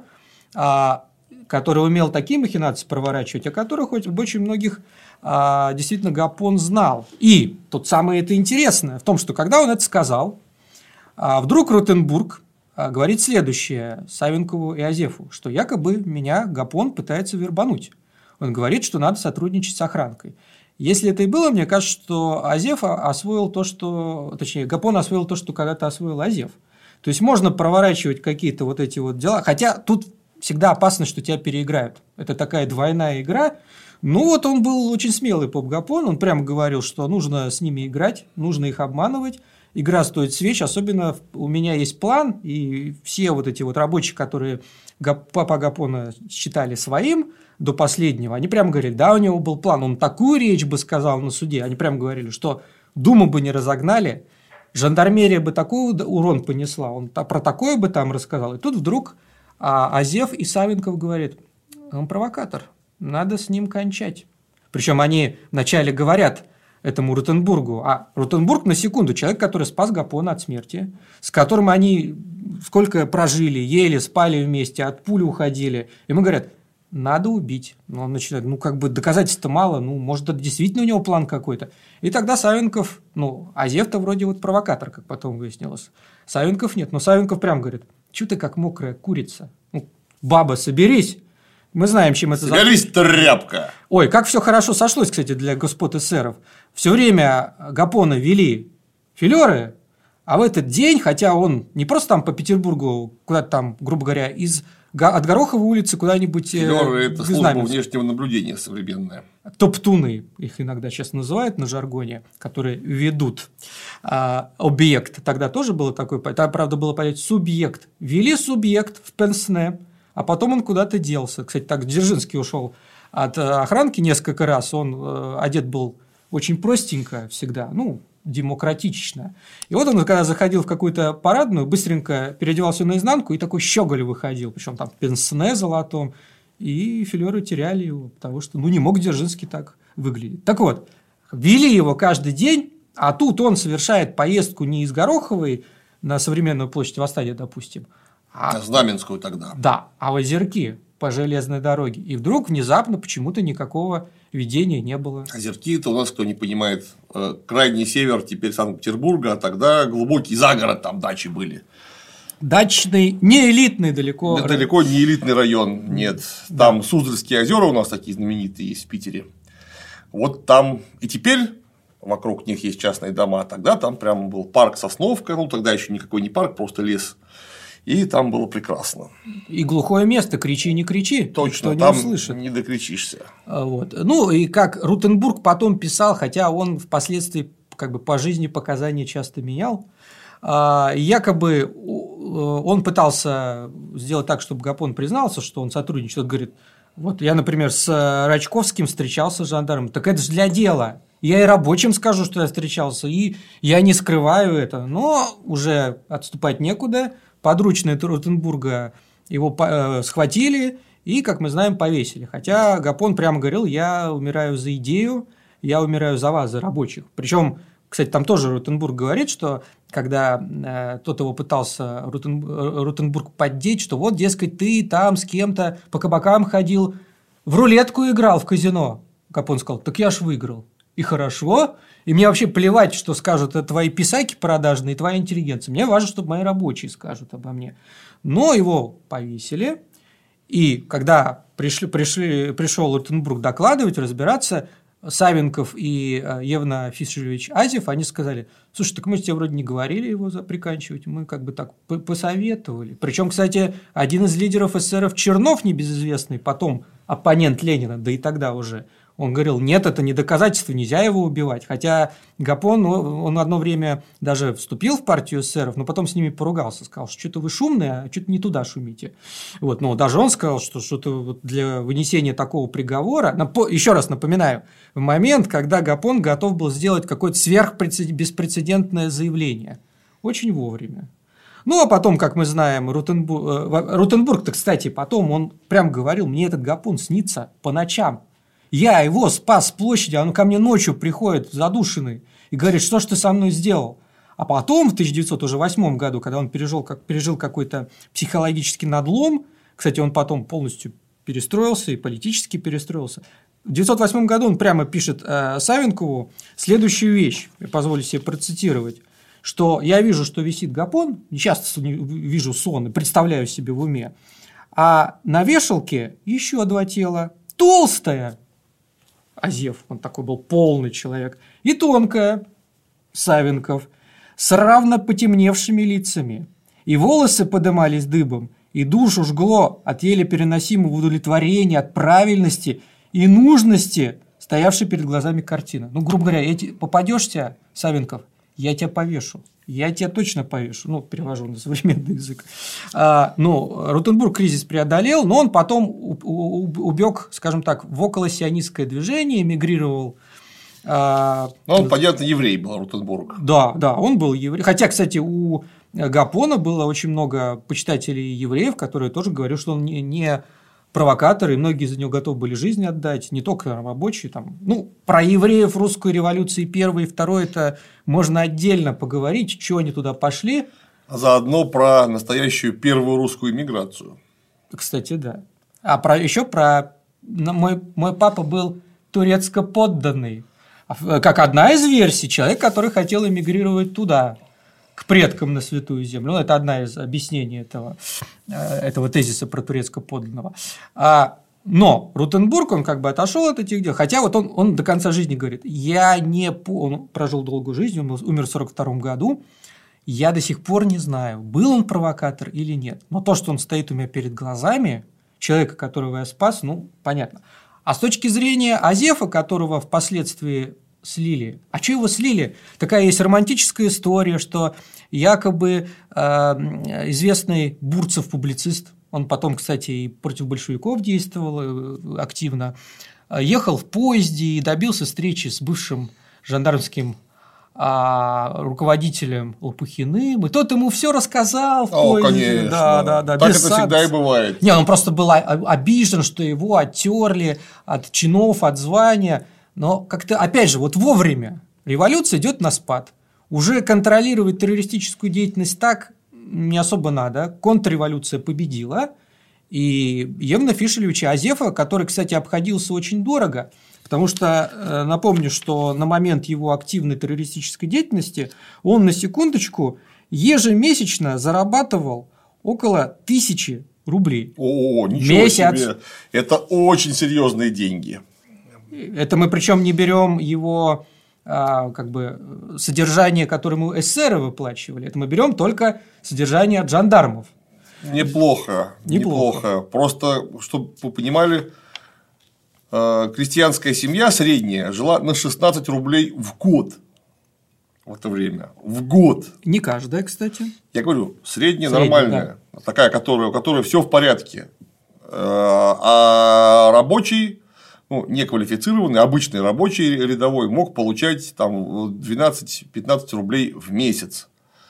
который умел такие махинации проворачивать, о которых очень многих действительно Гапон знал. И тут самое это интересное в том, что когда он это сказал, вдруг Рутенбург говорит следующее Савенкову и Азефу, что якобы меня Гапон пытается вербануть. Он говорит, что надо сотрудничать с охранкой. Если это и было, мне кажется, что Азеф освоил то, что… Точнее, Гапон освоил то, что когда-то освоил Азеф. То есть, можно проворачивать какие-то вот эти вот дела, хотя тут всегда опасно, что тебя переиграют. Это такая двойная игра. Вот он был очень смелый поп Гапон, он прямо говорил, что нужно с ними играть, нужно их обманывать. Игра стоит свеч, особенно у меня есть план, и все вот эти вот рабочие, которые папа Гапона считали своим до последнего, они прямо говорили, да, у него был план, он такую речь бы сказал на суде, они прямо говорили, что Думу бы не разогнали, жандармерия бы такой урон понесла, он про такое бы там рассказал. И тут вдруг Азеф и Савенков говорит, он провокатор, надо с ним кончать. Причем они вначале говорят этому Рутенбургу. А Рутенбург, на секунду, человек, который спас Гапона от смерти, с которым они сколько прожили, ели, спали вместе, от пули уходили. Ему говорят, надо убить. Но он начинает, доказательств-то мало, может, это действительно у него план какой-то. И тогда Савенков, Азеф-то вроде вот провокатор, как потом выяснилось. Савенков нет, но Савенков прям говорит, что ты как мокрая курица? Баба, соберись. Мы знаем, чем это закончилось. Соберись, тряпка. Ой, как все хорошо сошлось, кстати, для господ эсеров. Все время Гапона вели филеры, а в этот день, хотя он не просто там по Петербургу, куда-то там, грубо говоря, из от Гороховой улицы куда-нибудь… Филеры – это служба внешнего наблюдения современная. Топтуны, их иногда сейчас называют на жаргоне, которые ведут объект. Тогда тоже было такое, там, правда, было понятие субъект. Вели субъект в пенсне, а потом он куда-то делся. Кстати, так Дзержинский ушел от охранки несколько раз, он одет был очень простенько всегда, демократично. И вот он, когда заходил в какую-то парадную, быстренько переодевался наизнанку и такой щеголь выходил, причем там в пенсне золотом, и филеры теряли его, потому что не мог Дзержинский так выглядеть. Так вот, вели его каждый день, а тут он совершает поездку не из Гороховой на современную площадь Восстания, допустим, а Знаменскую тогда. Да, а в Озерки по железной дороге. И вдруг внезапно почему-то никакого видения не было. Озерки – это у нас, кто не понимает, крайний север теперь Санкт-Петербурга, а тогда глубокий загород, там дачи были. Дачный, не элитный далеко. Это далеко не элитный район, нет. Там Суздальские озера у нас такие знаменитые есть в Питере. Вот там и теперь вокруг них есть частные дома, тогда там прямо был парк Сосновка, тогда еще никакой не парк, просто лес. И там было прекрасно. И глухое место, кричи, не кричи. Точно, никто там не услышит. Не докричишься. Вот. И как Рутенбург потом писал, хотя он впоследствии по жизни показания часто менял, якобы он пытался сделать так, чтобы Гапон признался, что он сотрудничает. Он говорит, вот я, например, с Рачковским встречался с жандармом, так это же для дела. Я и рабочим скажу, что я встречался, и я не скрываю это, но уже отступать некуда. Подручные Рутенбурга его схватили и, как мы знаем, повесили. Хотя Гапон прямо говорил, я умираю за идею, я умираю за вас, за рабочих. Причем, кстати, там тоже Рутенбург говорит, что когда тот его пытался Рутенбург поддеть, что вот, дескать, ты там с кем-то по кабакам ходил, в рулетку играл в казино. Гапон сказал, так я ж выиграл. И хорошо, и мне вообще плевать, что скажут это твои писаки продажные, твоя интеллигенция. Мне важно, чтобы мои рабочие скажут обо мне. Но его повесили, и когда пришел Рутенбург докладывать, разбираться, Савенков и Евна Фишелевич Азев, они сказали, слушай, так мы же тебе вроде не говорили его приканчивать, мы так посоветовали. Причем, кстати, один из лидеров эсеров Чернов, небезызвестный, потом оппонент Ленина, да и тогда уже, он говорил, нет, это не доказательство, нельзя его убивать. Хотя Гапон, он одно время даже вступил в партию эсеров, но потом с ними поругался, сказал, что что-то вы шумные, а что-то не туда шумите. Вот, но даже он сказал, что что-то для вынесения такого приговора, еще раз напоминаю, в момент, когда Гапон готов был сделать какое-то беспрецедентное заявление, очень вовремя. А потом, как мы знаем, Рутенбург-то, кстати, потом он прям говорил, мне этот Гапон снится по ночам. Я его спас с площади, он ко мне ночью приходит задушенный и говорит, что ж ты со мной сделал? А потом, в 1908 году, когда он пережил какой-то психологический надлом, кстати, он потом полностью перестроился и политически перестроился, в 1908 году он прямо пишет Савенкову следующую вещь, я позволю себе процитировать, что я вижу, что висит Гапон, часто вижу сон и представляю себе в уме, а на вешалке еще два тела, толстая, Азев, он такой был полный человек, и тонкая, Савенков, с равно потемневшими лицами, и волосы подымались дыбом, и душу жгло от еле переносимого удовлетворения, от правильности и нужности, стоявшей перед глазами картины. Грубо говоря, попадешься, Савенков, я тебя повешу. Я тебя точно повешу. Перевожу на современный язык. Рутенбург кризис преодолел, но он потом убег, скажем так, в околосионистское движение, эмигрировал. Он, понятно, еврей был, Рутенбург. Да, он был еврей. Хотя, кстати, у Гапона было очень много почитателей евреев, которые тоже говорили, что он не провокатор, и многие за него готовы были жизнь отдать, не только рабочие. Про евреев русской революции первой и второй это можно отдельно поговорить, чего они туда пошли. А заодно про настоящую первую русскую эмиграцию. Кстати, да. Еще про мой папа был турецко подданный. Как одна из версий, человек, который хотел эмигрировать туда, к предкам на Святую Землю. Это одна из объяснений этого тезиса про турецко подданного. Но Рутенбург, он отошел от этих дел, хотя он до конца жизни говорит, он прожил долгую жизнь, он умер в 1942 году, я до сих пор не знаю, был он провокатор или нет. Но то, что он стоит у меня перед глазами, человека, которого я спас, ну, понятно. А с точки зрения Азефа, которого впоследствии слили. А что его слили? Такая есть романтическая история, что якобы известный Бурцев-публицист, он потом, кстати, и против большевиков действовал активно, ехал в поезде и добился встречи с бывшим жандармским руководителем Лопухиным, и тот ему все рассказал в поезде. Конечно. Да. Так это всегда и бывает. Не, он просто был обижен, что его оттерли от чинов, от звания. Но как-то, опять же, вот вовремя революция идет на спад. Уже контролировать террористическую деятельность так не особо надо. Контрреволюция победила. И Евна Фишелевича Азефа, который, кстати, обходился очень дорого, потому что, напомню, что на момент его активной террористической деятельности он, на секундочку, ежемесячно зарабатывал около 1000 рублей. О, ничего месяц. Себе! Это очень серьезные деньги. Это мы причем не берем его как бы содержание, которое ему эсеры выплачивали. Это мы берем только содержание от жандармов. Неплохо. Просто, чтобы вы понимали, крестьянская семья средняя жила на 16 рублей в год в это время. В год. Не каждая, кстати. Я говорю, средняя нормальная. Да. Такая, у которой все в порядке. А рабочий, ну, неквалифицированный, обычный рабочий рядовой мог получать там 12-15 рублей в месяц.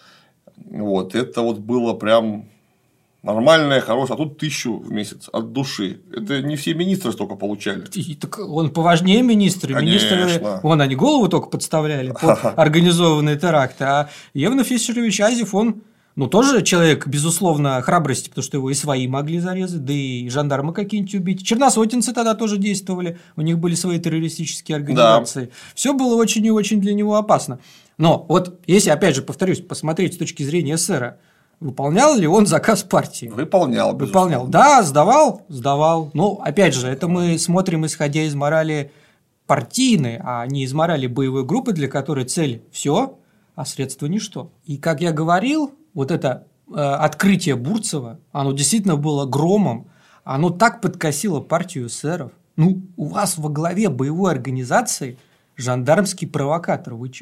Вот. Это вот было прям нормальное, хорошее, а тут 1000 в месяц от души. Это не все министры столько получали. Так он поважнее министры. Конечно. Министры, вон они голову только подставляли под организованные теракты. А Евна Фишелевич Азеф, он, ну, тоже человек, безусловно, храбрости, потому что его и свои могли зарезать, да и жандармы какие-нибудь убить. Черносотенцы тогда тоже действовали, у них были свои террористические организации. Да. Все было очень и очень для него опасно. Но вот если, опять же, повторюсь, посмотреть с точки зрения эсера, выполнял ли он заказ партии? Выполнял. Да, сдавал. Но, опять же, это мы смотрим, исходя из морали партийной, а не из морали боевой группы, для которой цель – все, а средство – ничто. И, как я говорил, вот это открытие Бурцева, оно действительно было громом, оно так подкосило партию эсеров. Ну, у вас во главе боевой организации жандармский провокатор. Вы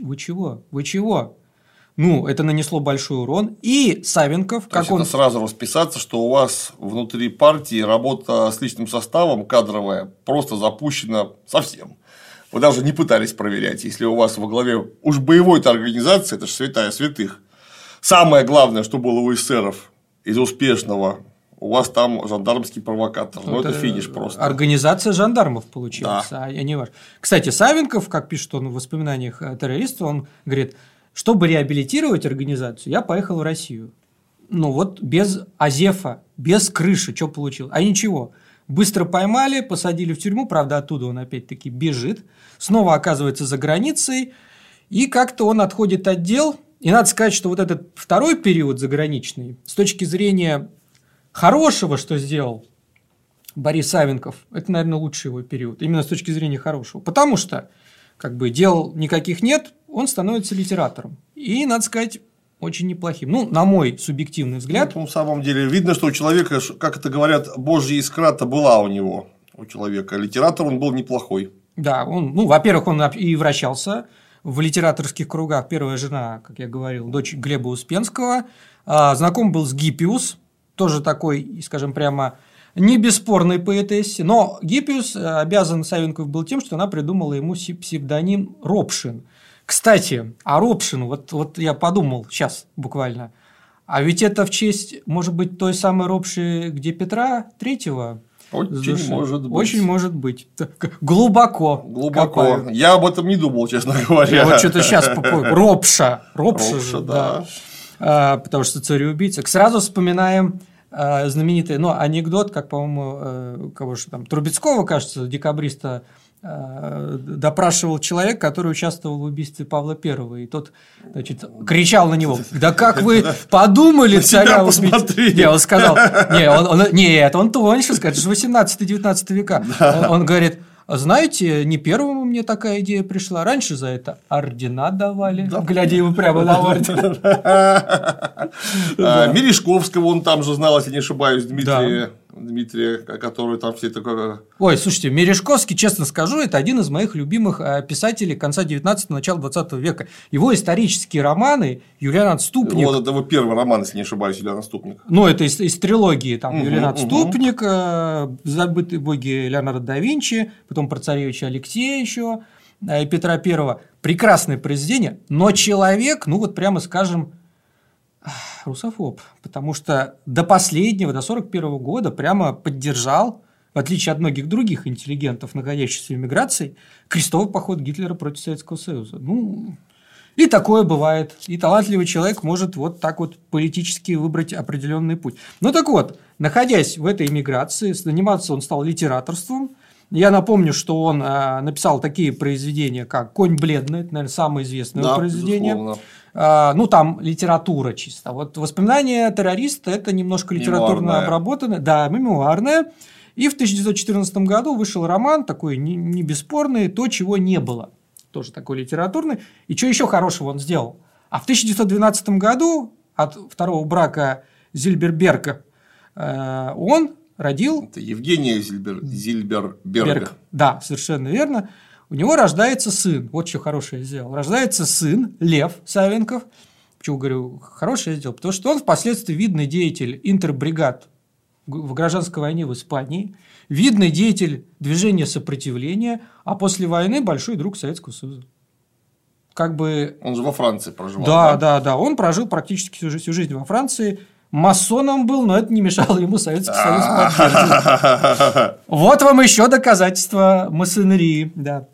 чего? Ну, это нанесло большой урон. И Савенков, как он… Это сразу расписаться, что у вас внутри партии работа с личным составом кадровая просто запущена совсем. Вы даже не пытались проверять, если у вас во главе уж боевой-то организации, это же святая святых. Самое главное, что было у эсеров из успешного, у вас там жандармский провокатор. Ну, это финиш просто. Организация жандармов получилась, да. А не ваш. Кстати, Савенков, как пишет он в воспоминаниях террориста, он говорит: чтобы реабилитировать организацию, я поехал в Россию. Ну вот без Азефа, без крыши, что получил? А ничего. Быстро поймали, посадили в тюрьму, правда, оттуда он опять-таки бежит, снова оказывается за границей, и как-то он отходит от дел. И надо сказать, что вот этот второй период заграничный, с точки зрения хорошего, что сделал Борис Савенков, это, наверное, лучший его период, именно с точки зрения хорошего. Потому что как бы дел никаких нет, он становится литератором. И, надо сказать, очень неплохим. Ну, на мой субъективный взгляд. Ну, на самом деле, видно, что у человека, как это говорят, божья искра-то была у него, у человека. Литератор он был неплохой. Да, он, ну, во-первых, он и вращался в литераторских кругах. Первая жена, как я говорил, дочь Глеба Успенского. Знаком был с Гиппиус, тоже такой, скажем прямо, не бесспорной поэтессе. Но Гиппиус обязан Савенков был тем, что она придумала ему псевдоним Ропшин. Кстати, о Ропшину, вот я подумал сейчас буквально, а ведь это в честь, может быть, той самой Ропши, где Петра Третьего? Очень может быть. Очень может быть. Глубоко. Глубоко. Я об этом не думал, честно говоря. Я вот что-то сейчас Ропша, да. Потому что цареубийца. Сразу вспоминаем знаменитый, анекдот, как, по-моему, кого же там, Трубецкого, кажется, декабриста, допрашивал человек, который участвовал в убийстве Павла I, и тот, значит, кричал на него: да как вы подумали царя убить? Не, он сказал, он тоньше сказал, это же 18-19 века. Он говорит: знаете, не первым мне такая идея пришла? Раньше за это ордена давали, глядя ему прямо на орден. Мережковского он там же знал, если не ошибаюсь, Дмитрия, который там все такое… Ой, слушайте, Мережковский, честно скажу, это один из моих любимых писателей конца 19-го, начала 20 века. Его исторические романы «Юлиан Отступник». Вот это его первый роман, если не ошибаюсь, «Юлиан Отступник». Ну, это из трилогии, там, «Юлиан Отступник», «Забытые боги» Леонардо да Винчи, потом про царевича Алексея еще, и Петра I. Прекрасное произведение, но человек, ну, вот прямо скажем, русофоб, потому что до последнего, до 1941 года прямо поддержал, в отличие от многих других интеллигентов, находящихся в эмиграции, крестовый поход Гитлера против Советского Союза. Ну, и такое бывает. И талантливый человек может вот так вот политически выбрать определенный путь. Ну, так вот, находясь в этой эмиграции, заниматься он стал литераторством. Я напомню, что он написал такие произведения, как «Конь бледный», это, наверное, самое известное произведение. Безусловно. Ну, там литература чисто. Вот «Воспоминания террориста» – это немножко литературно обработанное. Да, мемуарное. И в 1914 году вышел роман такой не бесспорный «То, чего не было». Тоже такой литературный. И что еще хорошего он сделал? А в 1912 году от второго брака Зильберберга он родил… Это Евгения Зильберберга. Да, совершенно верно. У него рождается сын. Вот что хорошее сделал. Рождается сын Лев Савенков. Почему говорю, хорошее сделал? Потому что он впоследствии видный деятель интербригад в гражданской войне в Испании, видный деятель движения сопротивления, а после войны большой друг Советского Союза. Как бы… Он же во Франции проживал. Да. Он прожил практически всю жизнь во Франции. Масоном был, но это не мешало ему Советский Союз поддерживать. Вот вам еще доказательство масонерии. Да.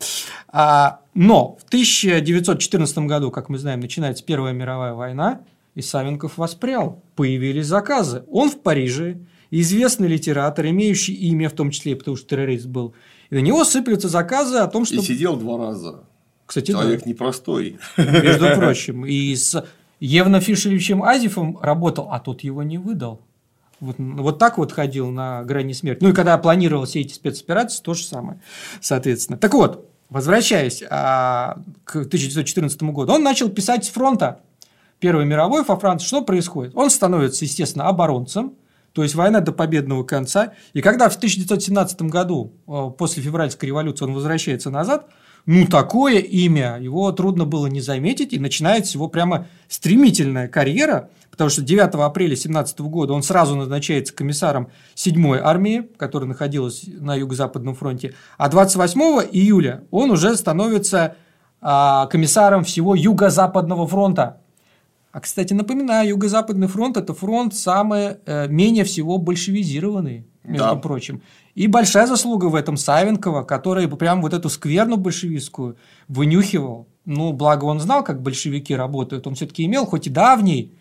Но в 1914 году, как мы знаем, начинается Первая мировая война, и Савенков воспрял. Появились заказы. Он в Париже, известный литератор, имеющий имя, в том числе, потому что террорист был. И на него сыплются заказы о том, что… И сидел 2 раза. Кстати, человек непростой. Между прочим. И с Евном Фишеревичем Азифом работал, а тот его не выдал. Вот так вот ходил на грани смерти. Ну и когда планировал все эти спецоперации, то же самое, соответственно. Так вот, возвращаясь к 1914 году, он начал писать с фронта Первой мировой во Франции. Что происходит? Он становится, естественно, оборонцем, то есть война до победного конца. И когда в 1917 году, после февральской революции, он возвращается назад, ну, такое имя, его трудно было не заметить, и начинается его прямо стремительная карьера, потому что 9 апреля 1917 года он сразу назначается комиссаром 7-й армии, которая находилась на Юго-Западном фронте, а 28 июля он уже становится комиссаром всего Юго-Западного фронта. А, кстати, напоминаю, Юго-Западный фронт – это фронт самый менее всего большевизированный, между прочим. И большая заслуга в этом Савенкова, который прям вот эту скверну большевистскую вынюхивал. Ну, благо он знал, как большевики работают. Он все-таки имел, хоть и давний,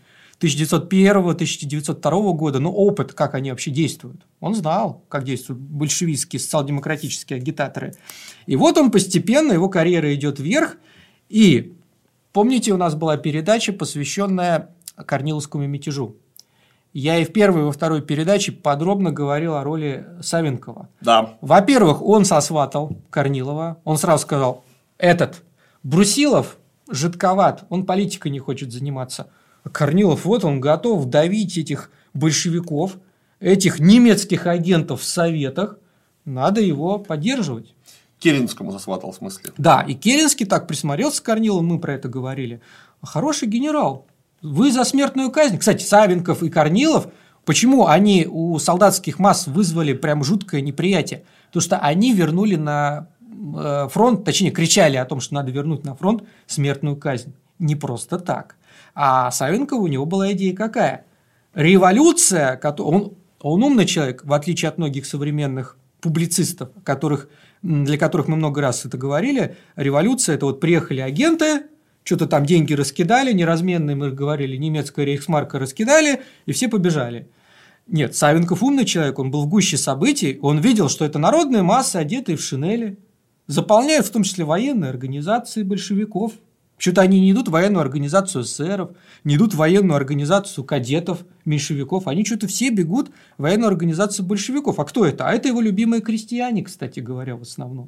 1901-1902 года, но опыт, как они вообще действуют. Он знал, как действуют большевистские, социал-демократические агитаторы. И вот он постепенно, его карьера идет вверх. И помните, у нас была передача, посвященная Корниловскому мятежу. Я и в первой, и во второй передаче подробно говорил о роли Савенкова. Да. Во-первых, он сосватал Корнилова. Он сразу сказал, этот Брусилов жидковат, он политикой не хочет заниматься. А Корнилов, вот он готов давить этих большевиков, этих немецких агентов в Советах. Надо его поддерживать. Керенскому засватал, в смысле. Да, и Керенский так присмотрелся к Корнилову, мы про это говорили. Хороший генерал. Вы за смертную казнь. Кстати, Савенков и Корнилов, почему они у солдатских масс вызвали прям жуткое неприятие? Потому что они вернули на фронт, точнее, кричали о том, что надо вернуть на фронт смертную казнь. Не просто так. А Савенков, у него была идея какая? Революция, он умный человек, в отличие от многих современных публицистов, для которых мы много раз это говорили. Революция – это вот приехали агенты, что-то там деньги раскидали, неразменные, мы говорили, немецкая рейхсмарка раскидали, и все побежали. Нет, Савенков умный человек, он был в гуще событий, он видел, что это народная масса, одетые в шинели, заполняют в том числе военные организации большевиков. Что-то они не идут в военную организацию эсеров, не идут в военную организацию кадетов, меньшевиков, они что-то все бегут в военную организацию большевиков. А кто это? А это его любимые крестьяне, кстати говоря, в основном.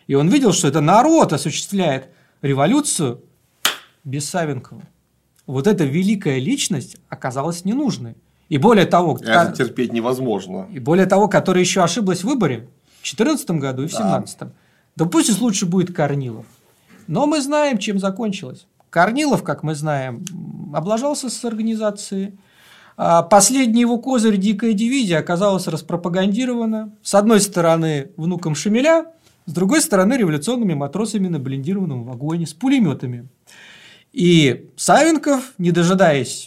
И он видел, что это народ осуществляет революцию без Савенкова. Вот эта великая личность оказалась ненужной. И более того, это терпеть невозможно. И более того, которая еще ошиблась в выборе в 2014 году и в 2017. Да пусть лучше будет Корнилов. Но мы знаем, чем закончилось. Корнилов, как мы знаем, облажался с организацией. Последний его козырь «Дикая дивизия» оказалась распропагандирована. С одной стороны, внуком Шамиля, с другой стороны, революционными матросами на блиндированном вагоне с пулеметами. И Савенков, не дожидаясь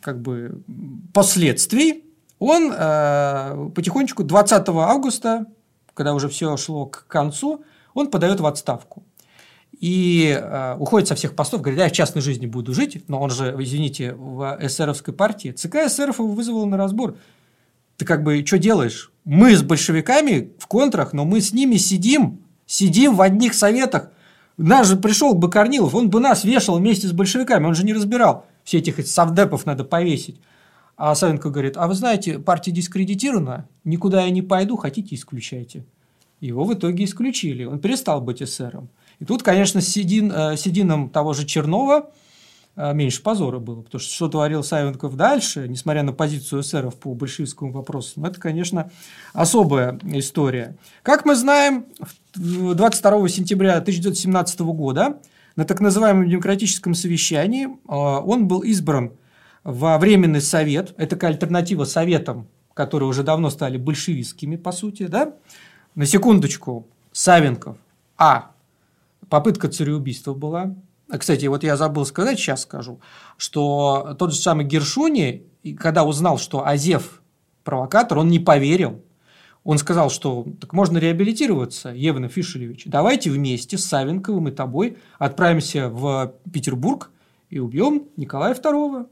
последствий, он потихонечку 20 августа, когда уже все шло к концу, он подает в отставку. И уходит со всех постов, говорит, я в частной жизни буду жить, но он же, извините, в эсеровской партии. ЦК эсеров его вызвало на разбор. Ты что делаешь? Мы с большевиками в контрах, но мы с ними сидим в одних советах. Наш же пришел бы Корнилов, он бы нас вешал вместе с большевиками, он же не разбирал. Все этих совдепов надо повесить. А Савенков говорит, а вы знаете, партия дискредитирована, никуда я не пойду, хотите, исключайте. Его в итоге исключили, он перестал быть эсером. И тут, конечно, сединам того же Чернова меньше позора было, потому что творил Савенков дальше, несмотря на позицию эсеров по большевистскому вопросу, это, конечно, особая история. Как мы знаем, 22 сентября 1917 года на так называемом демократическом совещании он был избран во Временный совет, это такая альтернатива советам, которые уже давно стали большевистскими, по сути, да? На секундочку, Савенков, попытка цареубийства была. Кстати, вот я забыл сказать, сейчас скажу, что тот же самый Гершуни, когда узнал, что Азеф провокатор, он не поверил. Он сказал, что так можно реабилитироваться, Евна Фишелевич, давайте вместе с Савенковым и тобой отправимся в Петербург и убьем Николая II.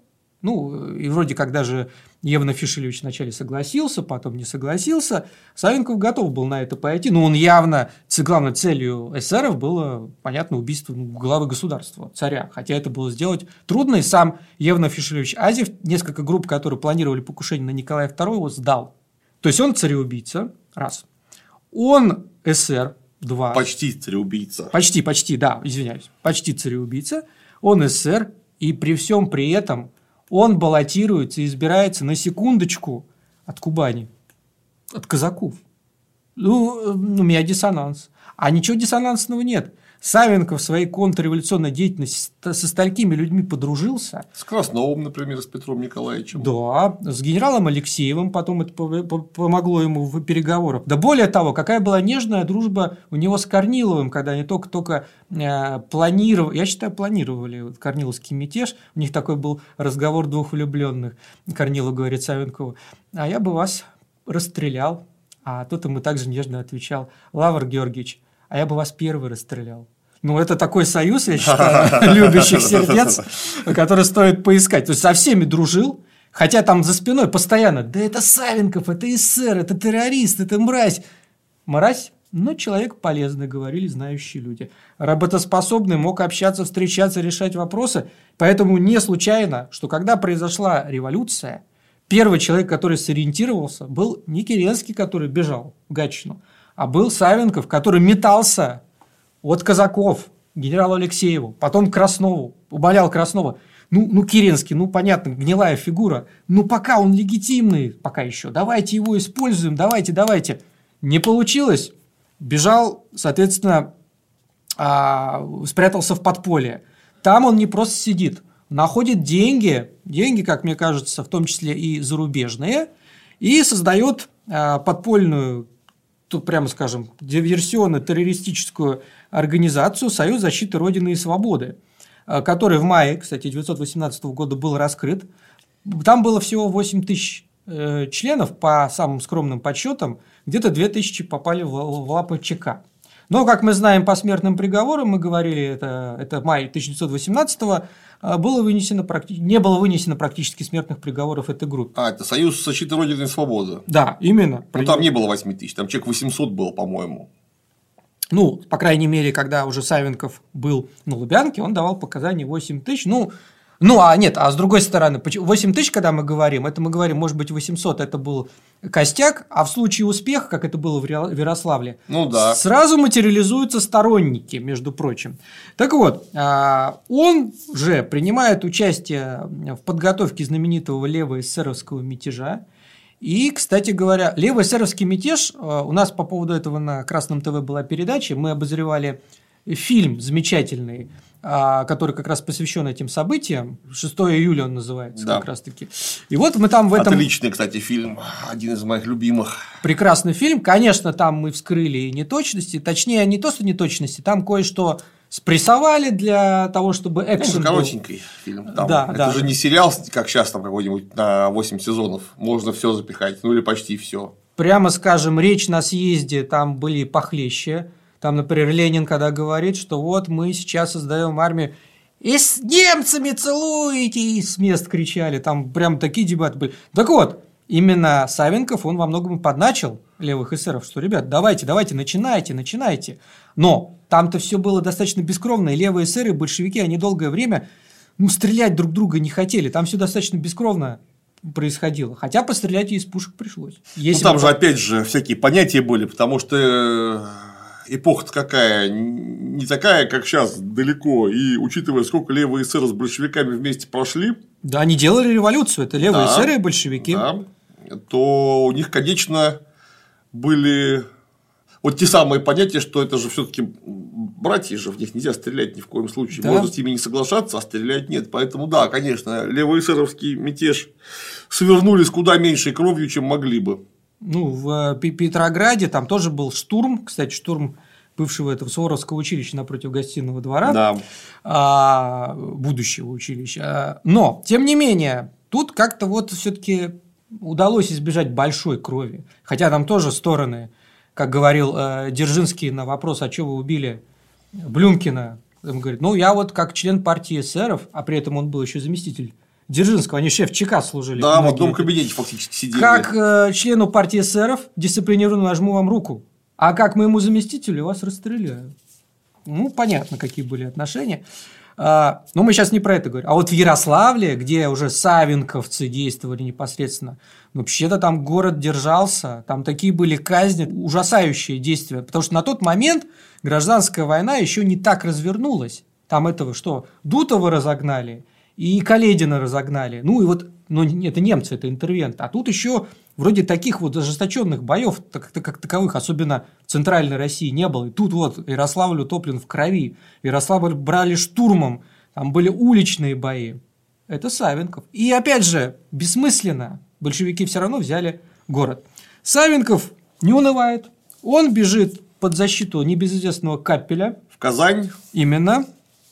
И вроде как даже Евна Фишелевич вначале согласился, потом не согласился. Савенков готов был на это пойти, но он явно, главной целью эсеров было, понятно, убийство главы государства, царя. Хотя это было сделать трудно, и сам Евна Фишелевич Азеф, несколько групп, которые планировали покушение на Николая II, его сдал. То есть он цареубийца, раз. Он эсер, два. Почти цареубийца. Почти, да, извиняюсь. Почти цареубийца. Он эсер, и при всем при этом он баллотируется и избирается на секундочку от Кубани, от казаков. У меня диссонанс. А ничего диссонансного нет. Савенков в своей контрреволюционной деятельности со столькими людьми подружился. С Красновым, например, с Петром Николаевичем. Да, с генералом Алексеевым, потом это помогло ему в переговорах. Да более того, какая была нежная дружба у него с Корниловым, когда они только планировали, я считаю, планировали корниловский мятеж. У них такой был разговор двух влюбленных. Корнилов говорит Савенкову, а я бы вас расстрелял. А тот ему также нежно отвечал, Лавр Георгиевич, а я бы вас первый расстрелял. Это такой союз, я считаю, любящих сердец, который стоит поискать. То есть, со всеми дружил, хотя там за спиной постоянно, да это Савенков, это эсер, это террорист, это мразь. Мразь, но человек полезный, говорили знающие люди. Работоспособный, мог общаться, встречаться, решать вопросы. Поэтому не случайно, что когда произошла революция, первый человек, который сориентировался, был не Керенский, который бежал в Гатчину, а был Савенков, который метался от казаков генералу Алексееву, потом к Краснову, умолял Краснова. Керенский, понятно, гнилая фигура, пока он легитимный, пока еще, давайте его используем, давайте. Не получилось, бежал, соответственно, спрятался в подполье. Там он не просто сидит, находит деньги, как мне кажется, в том числе и зарубежные, и создает подпольную, тут прямо скажем, диверсионно-террористическую организацию «Союз защиты Родины и Свободы», который в мае, кстати, 1918 года был раскрыт. Там было всего 8 тысяч членов, по самым скромным подсчетам, где-то 2000 попали в лапы ЧК. Но, как мы знаем по смертным приговорам, мы говорили, это май 1918-го, не было вынесено практически смертных приговоров этой группе. Это Союз защиты Родины и Свободы. Да, именно. Там не было 8 тысяч, там человек 800 было, по-моему. По крайней мере, когда уже Савенков был на Лубянке, он давал показания 8 тысяч. Ну, а нет, а с другой стороны, 8 тысяч, когда мы говорим, это мы говорим, может быть, 800 это был костяк, а в случае успеха, как это было в Ярославле, Ну да. сразу материализуются сторонники, между прочим. Так вот, он же принимает участие в подготовке знаменитого левоэсеровского мятежа. И, кстати говоря, левоэсеровский мятеж, у нас по поводу этого на Красном ТВ была передача, мы обозревали фильм замечательный, который как раз посвящен этим событиям. 6 июля он называется, да. как раз таки. И вот мы там в этом... Отличный, кстати, фильм, один из моих любимых. Прекрасный фильм. Конечно, там мы вскрыли и неточности, точнее, не то, что неточности, там кое-что спрессовали для того, чтобы экшен был. Коротенький фильм. Там. Да, это да. же не сериал, как сейчас там какой-нибудь на 8 сезонов. Можно все запихать, ну или почти все. Прямо скажем, речь на съезде там были похлеще. Там, например, Ленин, когда говорит, что вот мы сейчас создаем армию, и с немцами целуетесь, с мест кричали, там прям такие дебаты были. Так вот, именно Савенков, он во многом подначил левых эсеров, что, ребят, давайте, начинайте. Но там-то все было достаточно бескровно, и левые эсеры, и большевики, они долгое время стрелять друг друга не хотели, там все достаточно бескровно происходило, хотя пострелять и из пушек пришлось. Ну, там же, опять же, всякие понятия были, потому что... Эпоха-то какая, не такая, как сейчас, далеко. И учитывая, сколько левые эсеры с большевиками вместе прошли. Да, они делали революцию. Это левые эсеры и большевики. Да, то у них, конечно, были вот те самые понятия, что это же все-таки братья же, в них нельзя стрелять ни в коем случае. Да. Можно с ними не соглашаться, а стрелять нет. Поэтому, да, конечно, левоэсеровский мятеж свернули с куда меньшей кровью, чем могли бы. Ну, в Петрограде там тоже был штурм, кстати, штурм бывшего этого Суворовского училища напротив Гостиного двора, да. Будущего училища. Но, тем не менее, тут как-то вот все-таки удалось избежать большой крови. Хотя там тоже стороны, как говорил Дзержинский на вопрос, а что вы убили Блюмкина, он говорит, ну, я вот как член партии эсеров, а при этом он был еще заместитель Дзержинского, они шеф ЧК служили. Да, в одном кабинете фактически сидели. Как члену партии эсеров дисциплинированно жму вам руку, а как моему заместителю вас расстреляю. Ну, понятно, какие были отношения. Но мы сейчас не про это говорим. А вот в Ярославле, где уже савенковцы действовали непосредственно, вообще-то там город держался, там такие были казни, ужасающие действия. Потому что на тот момент гражданская война еще не так развернулась. Там этого что? Дутова разогнали. И Каледина разогнали. Ну, и вот, ну, это немцы, это интервенты. А тут еще вроде таких вот ожесточенных боев, как таковых, особенно в Центральной России, не было. И тут вот Ярославль утоплен в крови. Ярославль брали штурмом. Там были уличные бои. Это Савенков. И опять же, бессмысленно. Большевики все равно взяли город. Савенков не унывает. Он бежит под защиту небезызвестного Каппеля. В Казань. Именно.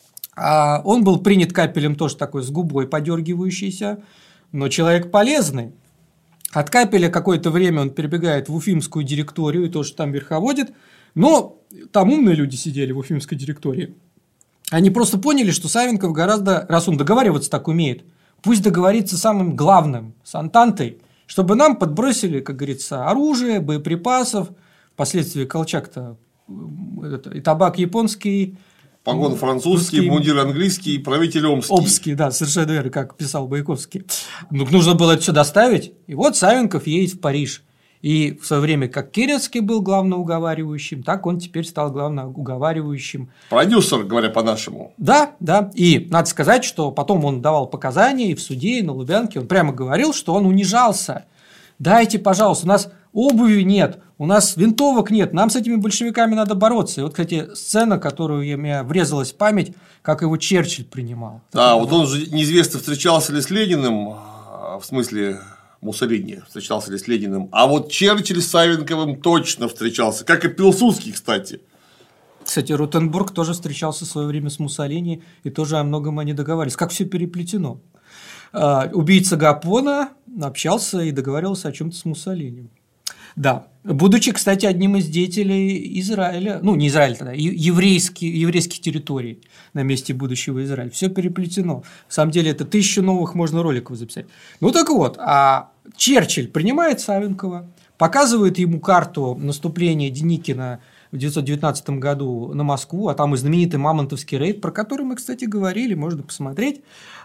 Он был принят Капелем тоже такой с губой подергивающийся, но человек полезный. От Капеля какое-то время он перебегает в Уфимскую директорию и тоже там верховодит. Но там умные люди сидели в Уфимской директории. Они просто поняли, что Савенков гораздо, раз он договариваться так умеет, пусть договорится самым главным, с Антантой, чтобы нам подбросили, как говорится, оружие, боеприпасов, впоследствии Колчак-то и табак японский, погон французский, мундир английский, правитель омский. Омский, да, совершенно верно, как писал Байковский. Ну, нужно было это все доставить. И вот Савенков едет в Париж. И в свое время как Керенский был главноуговаривающим, так он теперь стал главноуговаривающим. Продюсер, говоря по-нашему. Да, да. И надо сказать, что потом он давал показания и в суде, и на Лубянке. Он прямо говорил, что он унижался. Дайте, пожалуйста, у нас обуви нет, у нас винтовок нет, нам с этими большевиками надо бороться. И вот, кстати, сцена, которую мне врезалась в память, как его Черчилль принимал. Да, вот он же неизвестно, встречался ли с Лениным, в смысле Муссолини встречался ли с Лениным, а вот Черчилль с Савенковым точно встречался, как и Пилсудский, кстати. Кстати, Ротенбург тоже встречался в свое время с Муссолини, и тоже о многом они договаривались. Как все переплетено. Убийца Гапона общался и договаривался о чем-то с Муссолини. Да. Будучи, кстати, одним из деятелей Израиля, ну, не Израиля тогда, еврейских территорий на месте будущего Израиля. Все переплетено. На самом деле, это 1000 новых можно роликов записать. Ну, так вот, Черчилль принимает Савенкова, показывает ему карту наступления Деникина в 1919 году на Москву, а там и знаменитый Мамонтовский рейд, про который мы, кстати, говорили, можно посмотреть.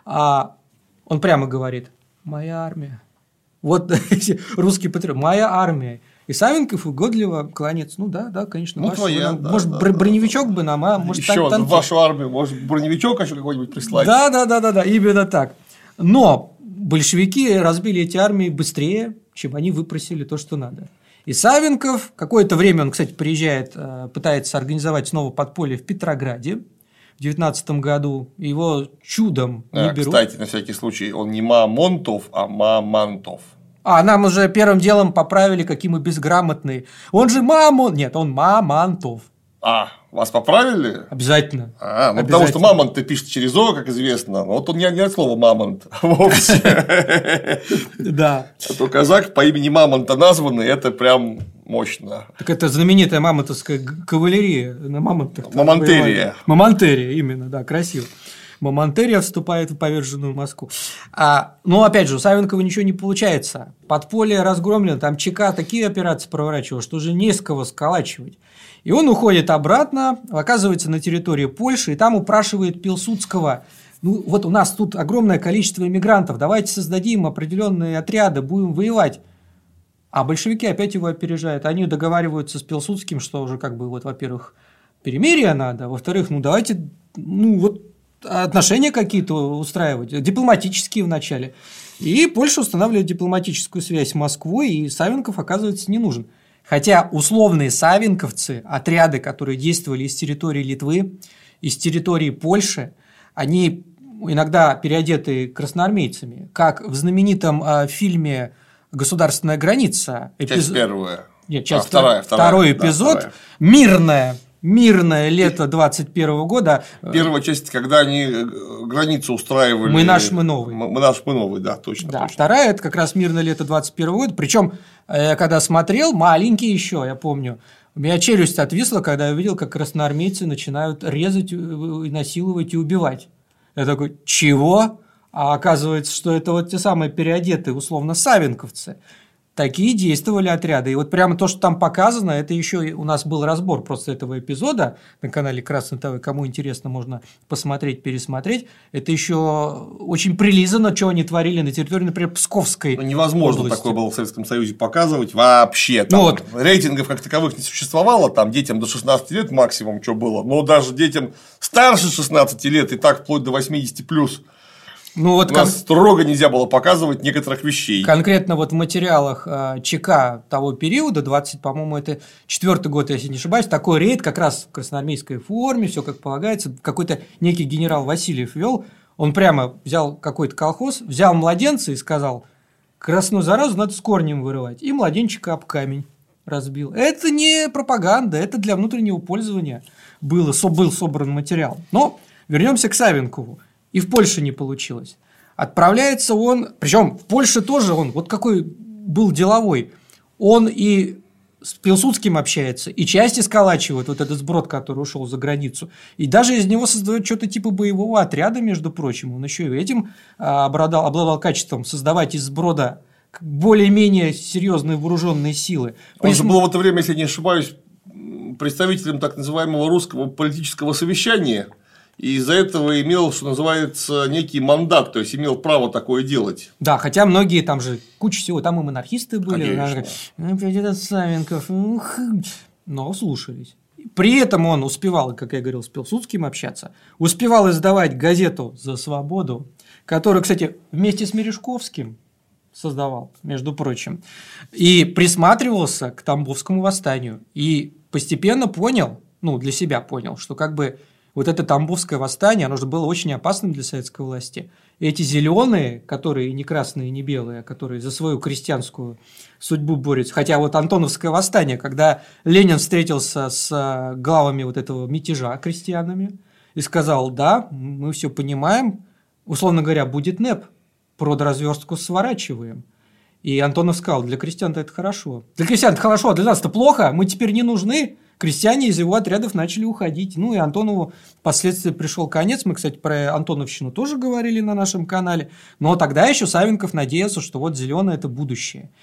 Он прямо говорит: «Моя армия». Вот русский патриот, «Моя армия». И Савенков угодливо кланяется. Ну да, конечно. Твоя, может, броневичок бы нам, может, еще в вашу армию, может, броневичок еще какой-нибудь прислать. Да, именно так. Но большевики разбили эти армии быстрее, чем они выпросили то, что надо. И Савенков, какое-то время он, кстати, приезжает, пытается организовать снова подполье в Петрограде в 19 году. Его чудом не берут. Кстати, на всякий случай, он не Мамонтов, а Мамонтов. Нам уже первым делом поправили, какие мы безграмотные. Он же Нет, он Мамонтов. Вас поправили? Обязательно. Потому что мамонт ты пишет через О, как известно. Но вот он не от слова мамонт вовсе. Да. А то казак по имени Мамонта названный, это прям мощно. Так это знаменитая мамонтовская кавалерия на мамонтах. Мамонтерия. Мамонтерия, именно, да, красиво. Мамонтерия вступает в поверженную Москву. Но опять же, у Савенкова ничего не получается. Подполье разгромлено, там ЧК такие операции проворачивал, что уже не с кого сколачивать. И он уходит обратно, оказывается на территории Польши, и там упрашивает Пилсудского: вот у нас тут огромное количество иммигрантов, давайте создадим определенные отряды, будем воевать. А большевики опять его опережают. Они договариваются с Пилсудским, что уже во-первых, перемирие надо, во-вторых, давайте, отношения какие-то устраивать, дипломатические вначале. И Польша устанавливает дипломатическую связь с Москвой, и Савенков, оказывается, не нужен. Хотя условные савенковцы, отряды, которые действовали из территории Литвы, из территории Польши, они иногда переодеты красноармейцами, как в знаменитом фильме «Государственная граница». Часть первая. Нет, часть второй эпизод. Да, Мирное лето 21 года. Первая часть, когда они границу устраивали. Мы наш, мы новый. Мы наш, мы новый, да, точно. Да, вторая – это как раз мирное лето 21 года. Причем, я когда смотрел, маленький еще, я помню, у меня челюсть отвисла, когда я увидел, как красноармейцы начинают резать, насиловать и убивать. Я такой: чего? А оказывается, что это те самые переодетые, условно, савенковцы. Такие действовали отряды. И вот прямо то, что там показано, это еще у нас был разбор просто этого эпизода на канале Красный ТВ. Кому интересно, можно посмотреть, пересмотреть. Это еще очень прилизано, что они творили на территории, например, Псковской невозможно области. Такое было в Советском Союзе показывать вообще. Там рейтингов как таковых не существовало, там детям до 16 лет максимум что было, но даже детям старше 16 лет и так вплоть до 80 плюс. У нас строго нельзя было показывать некоторых вещей. Конкретно в материалах ЧК того периода, по-моему, это 4-й год, если не ошибаюсь, такой рейд как раз в красноармейской форме, все как полагается, какой-то некий генерал Васильев вел, он прямо взял какой-то колхоз, взял младенца и сказал: красную заразу надо с корнем вырывать, и младенчика об камень разбил. Это не пропаганда, это для внутреннего пользования был собран материал. Но вернемся к Савенкову. И в Польше не получилось. Отправляется он, причем в Польше тоже он, вот какой был деловой, он и с Пилсудским общается, и части сколачивает, вот этот сброд, который ушел за границу, и даже из него создает что-то типа боевого отряда, между прочим. Он еще и этим обладал качеством создавать из сброда более-менее серьезные вооруженные силы. Он же был в это время, если не ошибаюсь, представителем так называемого русского политического совещания. И из-за этого имел, что называется, некий мандат, то есть имел право такое делать. Да, хотя многие там же, куча всего, там и монархисты были. Конечно. Савенков, но слушались. При этом он успевал, как я говорил, с Пилсудским общаться, успевал издавать газету «За свободу», которую, кстати, вместе с Мережковским создавал, между прочим, и присматривался к Тамбовскому восстанию. И постепенно понял, для себя понял, что вот это Тамбовское восстание, оно же было очень опасным для советской власти. И эти зеленые, которые не красные, не белые, которые за свою крестьянскую судьбу борются. Хотя вот Антоновское восстание, когда Ленин встретился с главами вот этого мятежа крестьянами и сказал: да, мы все понимаем, условно говоря, будет НЭП, продразверстку сворачиваем. И Антонов сказал: для крестьян-то это хорошо. Для крестьян это хорошо, а для нас-то плохо, мы теперь не нужны. Крестьяне из его отрядов начали уходить. И Антонову впоследствии пришел конец. Мы, кстати, про Антоновщину тоже говорили на нашем канале. Но тогда еще Савенков надеялся, что вот зеленое – это будущее.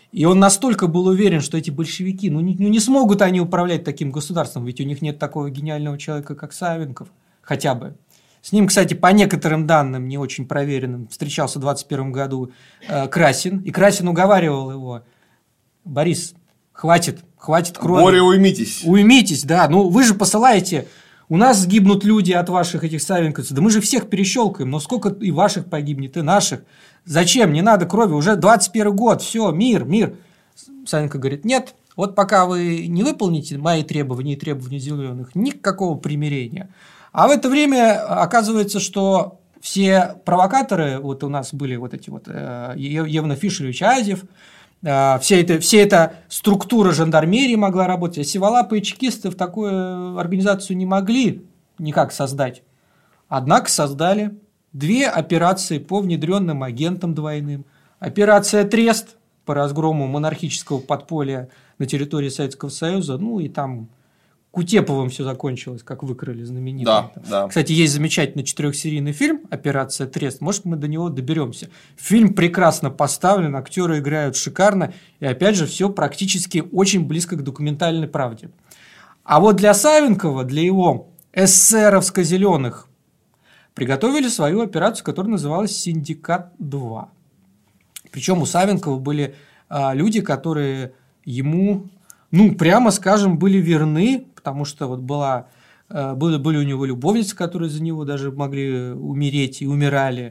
И он настолько был уверен, что эти большевики, не смогут они управлять таким государством, ведь у них нет такого гениального человека, как Савенков, хотя бы. С ним, кстати, по некоторым данным, не очень проверенным, встречался в 1921 году Красин, и Красин уговаривал его: Борис, хватит крови. Боря, уймитесь. Уймитесь, да, вы же посылаете, у нас гибнут люди от ваших этих савенковцев, да мы же всех перещелкаем, но сколько и ваших погибнет, и наших. Зачем? Не надо крови, уже 21 год, все, мир. Савенков говорит: нет, вот пока вы не выполните мои требования и требования зеленых, никакого примирения. А в это время оказывается, что все провокаторы, вот у нас были вот эти вот Евна Фишерович Азев, вся эта структура жандармерии могла работать, а сиволапы и чекисты в такую организацию не могли никак создать. Однако создали 2 операции по внедренным агентам двойным. Операция «Трест» по разгрому монархического подполья на территории Советского Союза, и там Кутеповым все закончилось, как выкрали знаменитый. Да. Кстати, есть замечательный 4-серийный фильм «Операция Трест». Может, мы до него доберемся. Фильм прекрасно поставлен, актеры играют шикарно, и опять же, все практически очень близко к документальной правде. А вот для Савенкова, для его эсеровско-зеленых, приготовили свою операцию, которая называлась «Синдикат-2». Причем у Савенкова были люди, которые ему, прямо скажем, были верны, потому что вот были у него любовницы, которые за него даже могли умереть и умирали.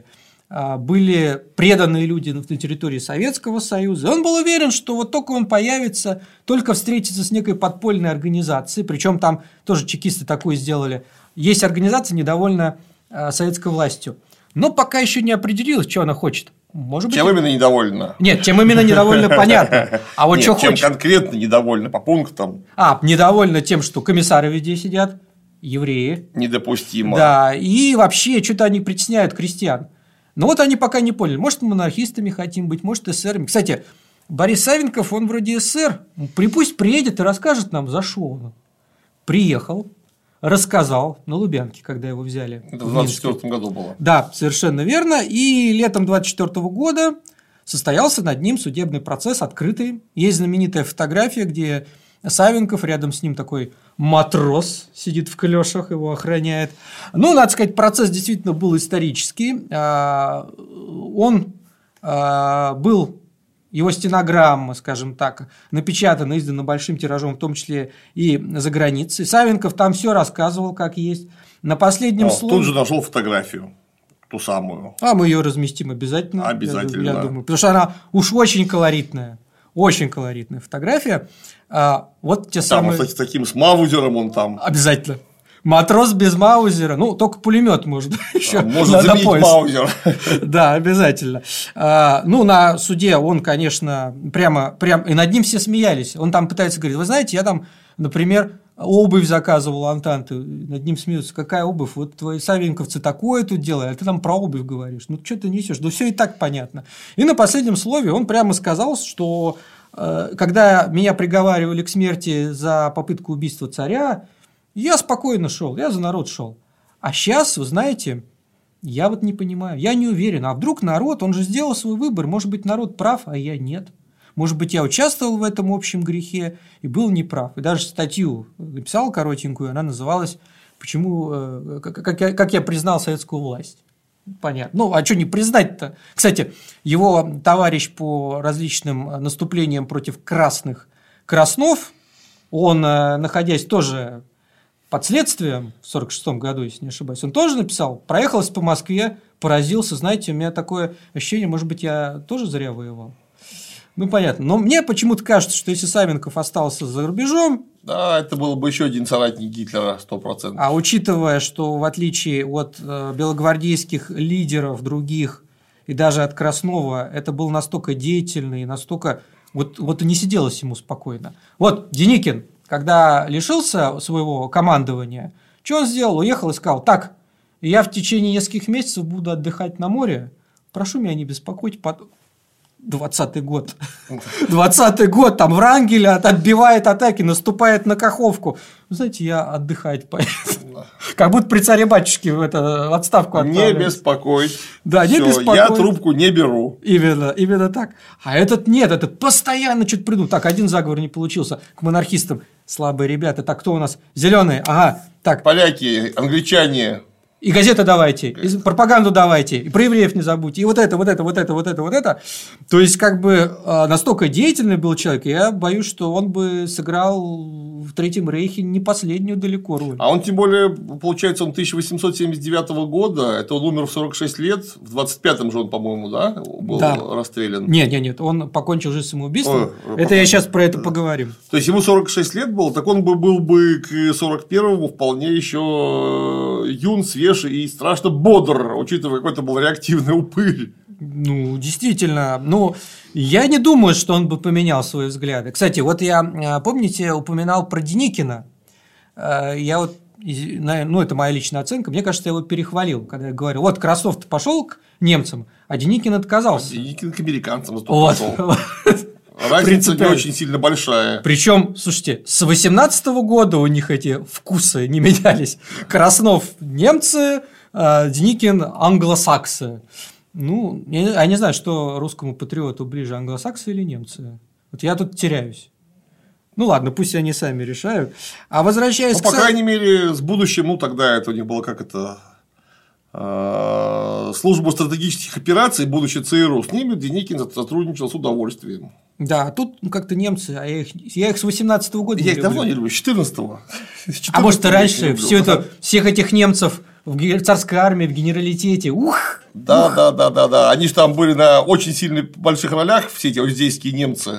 Были преданные люди на территории Советского Союза. И он был уверен, что вот только он появится, только встретится с некой подпольной организацией, причем там тоже чекисты такое сделали. Есть организация, недовольна советской властью, но пока еще не определилась, что она хочет. Может быть, чем именно недовольна? Нет, чем именно недовольна, понятно. А вот что чем хочет? конкретно недовольна по пунктам? Недовольна тем, что комиссары везде сидят, евреи. Недопустимо. Да, и вообще что-то они притесняют крестьян. Но вот они пока не поняли. Может, монархистами хотим быть, может, эсерами. Кстати, Борис Савенков, он вроде эсер. Пусть приедет и расскажет нам, за что он. Приехал, рассказал на Лубянке, когда его взяли. Это в 1924 году было. Да, совершенно верно. И летом 1924 года состоялся над ним судебный процесс, открытый. Есть знаменитая фотография, где Савенков, рядом с ним такой матрос сидит в клёшах, его охраняет. Надо сказать, процесс действительно был исторический. Он был... Его стенограмма, скажем так, напечатана, издана большим тиражом, в том числе и за границей. Савенков там все рассказывал, как есть. На последнем слове... Тут же нашел фотографию, ту самую. Мы ее разместим обязательно. Обязательно. Я думаю, потому что она уж очень колоритная фотография. Вот те самые... Кстати, с таким с маузером он там. Обязательно. Матрос без маузера, только пулемет может еще. Может заменить маузер. Да, обязательно. На суде он, конечно, прямо и над ним все смеялись. Он там пытается говорить: вы знаете, я там, например, обувь заказывал у Антанты, над ним смеются: какая обувь, вот твои савенковцы такое тут делают, а ты там про обувь говоришь, что ты несешь, все и так понятно. И на последнем слове он прямо сказал, что когда меня приговаривали к смерти за попытку убийства царя, я спокойно шел, я за народ шел. А сейчас, вы знаете, я вот не понимаю, я не уверен. А вдруг народ, он же сделал свой выбор, может быть, народ прав, а я нет. Может быть, я участвовал в этом общем грехе и был неправ. И даже статью написал коротенькую, она называлась «Почему, как я признал советскую власть». Понятно. А что не признать-то? Кстати, его товарищ по различным наступлениям против красных Краснов, он, находясь тоже под следствием в 1946 году, если не ошибаюсь, он тоже написал: проехался по Москве, поразился, знаете, у меня такое ощущение, может быть, я тоже зря воевал. Понятно. Но мне почему-то кажется, что если Савенков остался за рубежом... Да, это был бы еще один соратник Гитлера, 100%. А учитывая, что в отличие от белогвардейских лидеров других и даже от Краснова, это был настолько деятельный, настолько... Вот и не сиделось ему спокойно. Вот Деникин, когда лишился своего командования, что он сделал? Уехал и сказал: так, я в течение нескольких месяцев буду отдыхать на море, прошу меня не беспокоить. 20-й год. 20-й год, там Врангеля отбивает атаки, наступает на Каховку. Вы знаете, я отдыхать поеду. Абсолютно. Как будто при царе-батюшке в отставку отправлялись. Не беспокойтесь. Да, не Всё, беспокойтесь. Я трубку не беру. Именно так. А этот нет, этот постоянно что-то придумал. Так, один заговор не получился. К монархистам слабые ребята. Так, кто у нас? Зеленые. Ага. Так. Поляки, англичане. И газеты давайте, и пропаганду давайте, и про евреев не забудьте, и вот это. То есть, как бы настолько деятельный был человек, я боюсь, что он бы сыграл в Третьем Рейхе не последнюю далеко роль. А он, тем более, получается, он 1879 года, это он умер в 46 лет, в 25-м же он, по-моему, да, был расстрелян? Нет, он покончил жизнь самоубийством. Это я сейчас про это поговорим. То есть, ему 46 лет было, так он был бы к 41-му вполне еще юн, свеж и страшно бодр, учитывая, какой это был реактивный упырь. Ну, действительно. Ну, я не думаю, что он бы поменял свои взгляды. Кстати, вот я, помните, упоминал про Деникина. Я вот, ну, это моя личная оценка, мне кажется, я его перехвалил, когда я говорю, вот Краснов-то пошел к немцам, а Деникин отказался. Деникин к американцам пошел. Разница не очень сильно большая. Причем, слушайте, с 18-го года у них эти вкусы не менялись. Краснов – немцы, Деникин – англосаксы. Ну, я не знаю, что русскому патриоту ближе, англосаксы или немцы. Вот я тут теряюсь. Ну ладно, пусть они сами решают. А возвращаясь по крайней мере, с будущим, ну тогда это у них было как это. Службу стратегических операций, будучи ЦРУ, с ними Деникин сотрудничал с удовольствием. Да, тут как-то немцы, а я их с 18-го года я их давно не люблю, с 14-го. А может, и раньше всех этих немцев в царской армии, в генералитете. Да. Они же там были на очень сильных больших ролях, все эти альзейские немцы.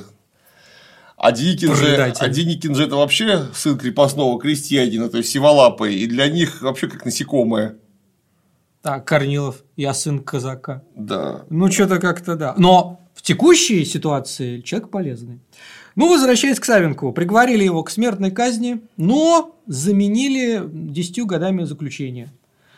А Деникин же это вообще сын крепостного крестьянина, то есть сиволапый, и для них вообще как насекомое. Так, Корнилов, я сын казака. Да. Ну, что-то как-то да. Но в текущей ситуации человек полезный. Ну, возвращаясь к Савенкову, приговорили его к смертной казни, но заменили 10 годами заключения.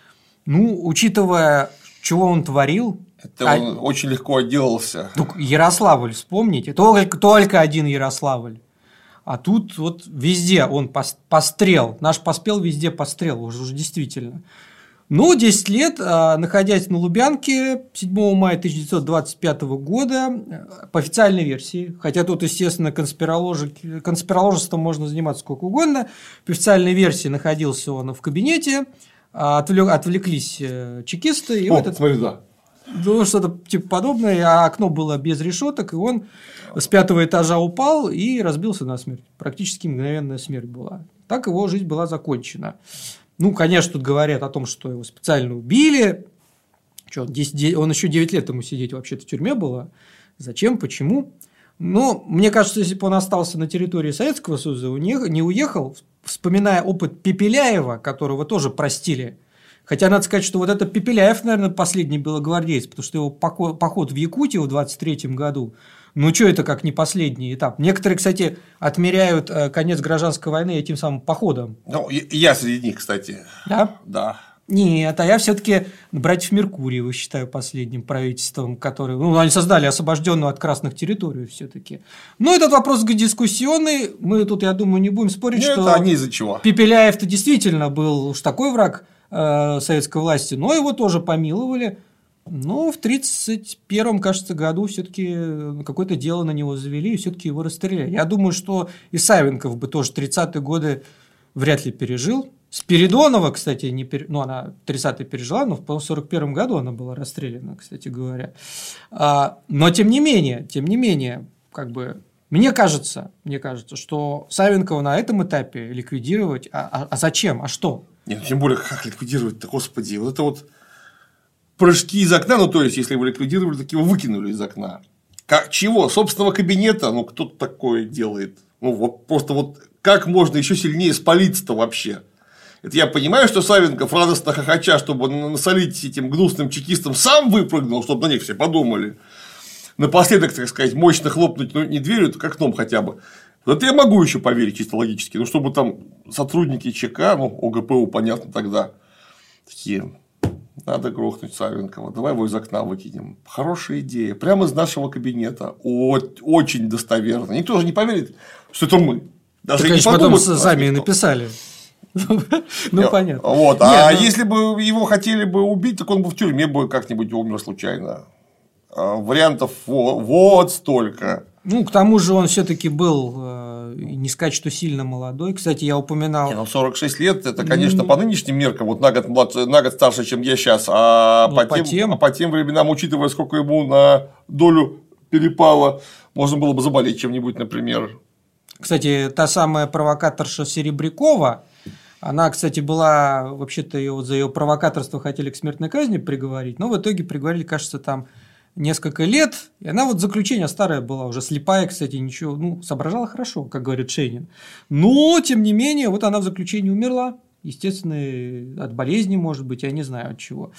Ну, учитывая, чего он творил. Он очень легко отделался. Ярославль, вспомните, только один Ярославль. А тут вот везде он пострел. Наш поспел везде пострел, уже действительно. Ну, 10 лет, находясь на Лубянке 7 мая 1925 года, по официальной версии, хотя тут, естественно, конспирологическом можно заниматься сколько угодно, по официальной версии находился он в кабинете, отвлеклись чекисты. И смотри, да. Ну, что-то типа подобное, а окно было без решеток, и он с 5-го этажа упал и разбился насмерть. Практически мгновенная смерть была. Так его жизнь была закончена. Ну, конечно, тут говорят о том, что его специально убили. Что, он еще 9 лет ему сидеть вообще-то в тюрьме было. Зачем, почему? Но мне кажется, если бы он остался на территории Советского Союза, не уехал, вспоминая опыт Пепеляева, которого тоже простили. Хотя надо сказать, что вот это Пепеляев, наверное, последний белогвардеец, потому что его поход в Якутию в 1923 году, ну, что это как не последний этап? Некоторые, кстати, отмеряют конец гражданской войны этим самым походом. Ну, я среди них, кстати. Да? Да. Нет, а я все-таки братьев Меркурьевых считаю последним правительством, которое, ну, они создали освобожденную от красных территорию все-таки. Но этот вопрос дискуссионный, мы тут, я думаю, не будем спорить, что это они из-за чего. Пепеляев-то действительно был уж такой враг советской власти, но его тоже помиловали. Но в 1931, кажется, году все-таки какое-то дело на него завели и все-таки его расстреляли. Я думаю, что и Савенков бы тоже 30-е годы вряд ли пережил. Спиридонова, кстати, она 30-е пережила, но в 1941 году она была расстреляна, кстати говоря. Но тем не менее, как бы мне кажется, что Савенкова на этом этапе ликвидировать. А зачем? А что? Нет, тем более, как ликвидировать-то, господи, вот это вот прыжки из окна, ну, то есть, если его ликвидировали, так его выкинули из окна. Чего? Собственного кабинета? Ну, кто такое делает? Ну, вот просто вот как можно еще сильнее спалиться-то вообще? Это я понимаю, что Савенков, радостно хохоча, чтобы насолить этим гнусным чекистам, сам выпрыгнул, чтобы на них все подумали. Напоследок, так сказать, мощно хлопнуть, ну, не дверью, так окном хотя бы. Вот это я могу еще поверить чисто логически. Ну, чтобы там сотрудники ЧК, ну, ОГПУ, понятно, тогда такие. Надо грохнуть Савенкова, давай его из окна выкинем. Хорошая идея. Прямо из нашего кабинета. Очень достоверно. Никто же не поверит, что это мы. Даже конечно, потом сами написали. Ну, понятно. Вот. А если бы его хотели бы убить, так он бы в тюрьме бы как-нибудь умер случайно. Вариантов вот столько. Ну, к тому же он все-таки был, не сказать, что сильно молодой. Кстати, я упоминал. 46 лет это, конечно, по нынешним меркам, вот на год старше, чем я сейчас, а по тем временам, учитывая, сколько ему на долю перепало, можно было бы заболеть чем-нибудь, например. Кстати, та самая провокаторша Серебрякова, она, кстати, была, вообще-то ее за ее провокаторство хотели к смертной казни приговорить, но в итоге приговорили, кажется, там несколько лет, и она вот заключение старая была, уже слепая, кстати, ничего, ну, соображала хорошо, как говорит Шейнин, но, тем не менее, вот она в заключении умерла, естественно, от болезни, может быть, я не знаю от чего,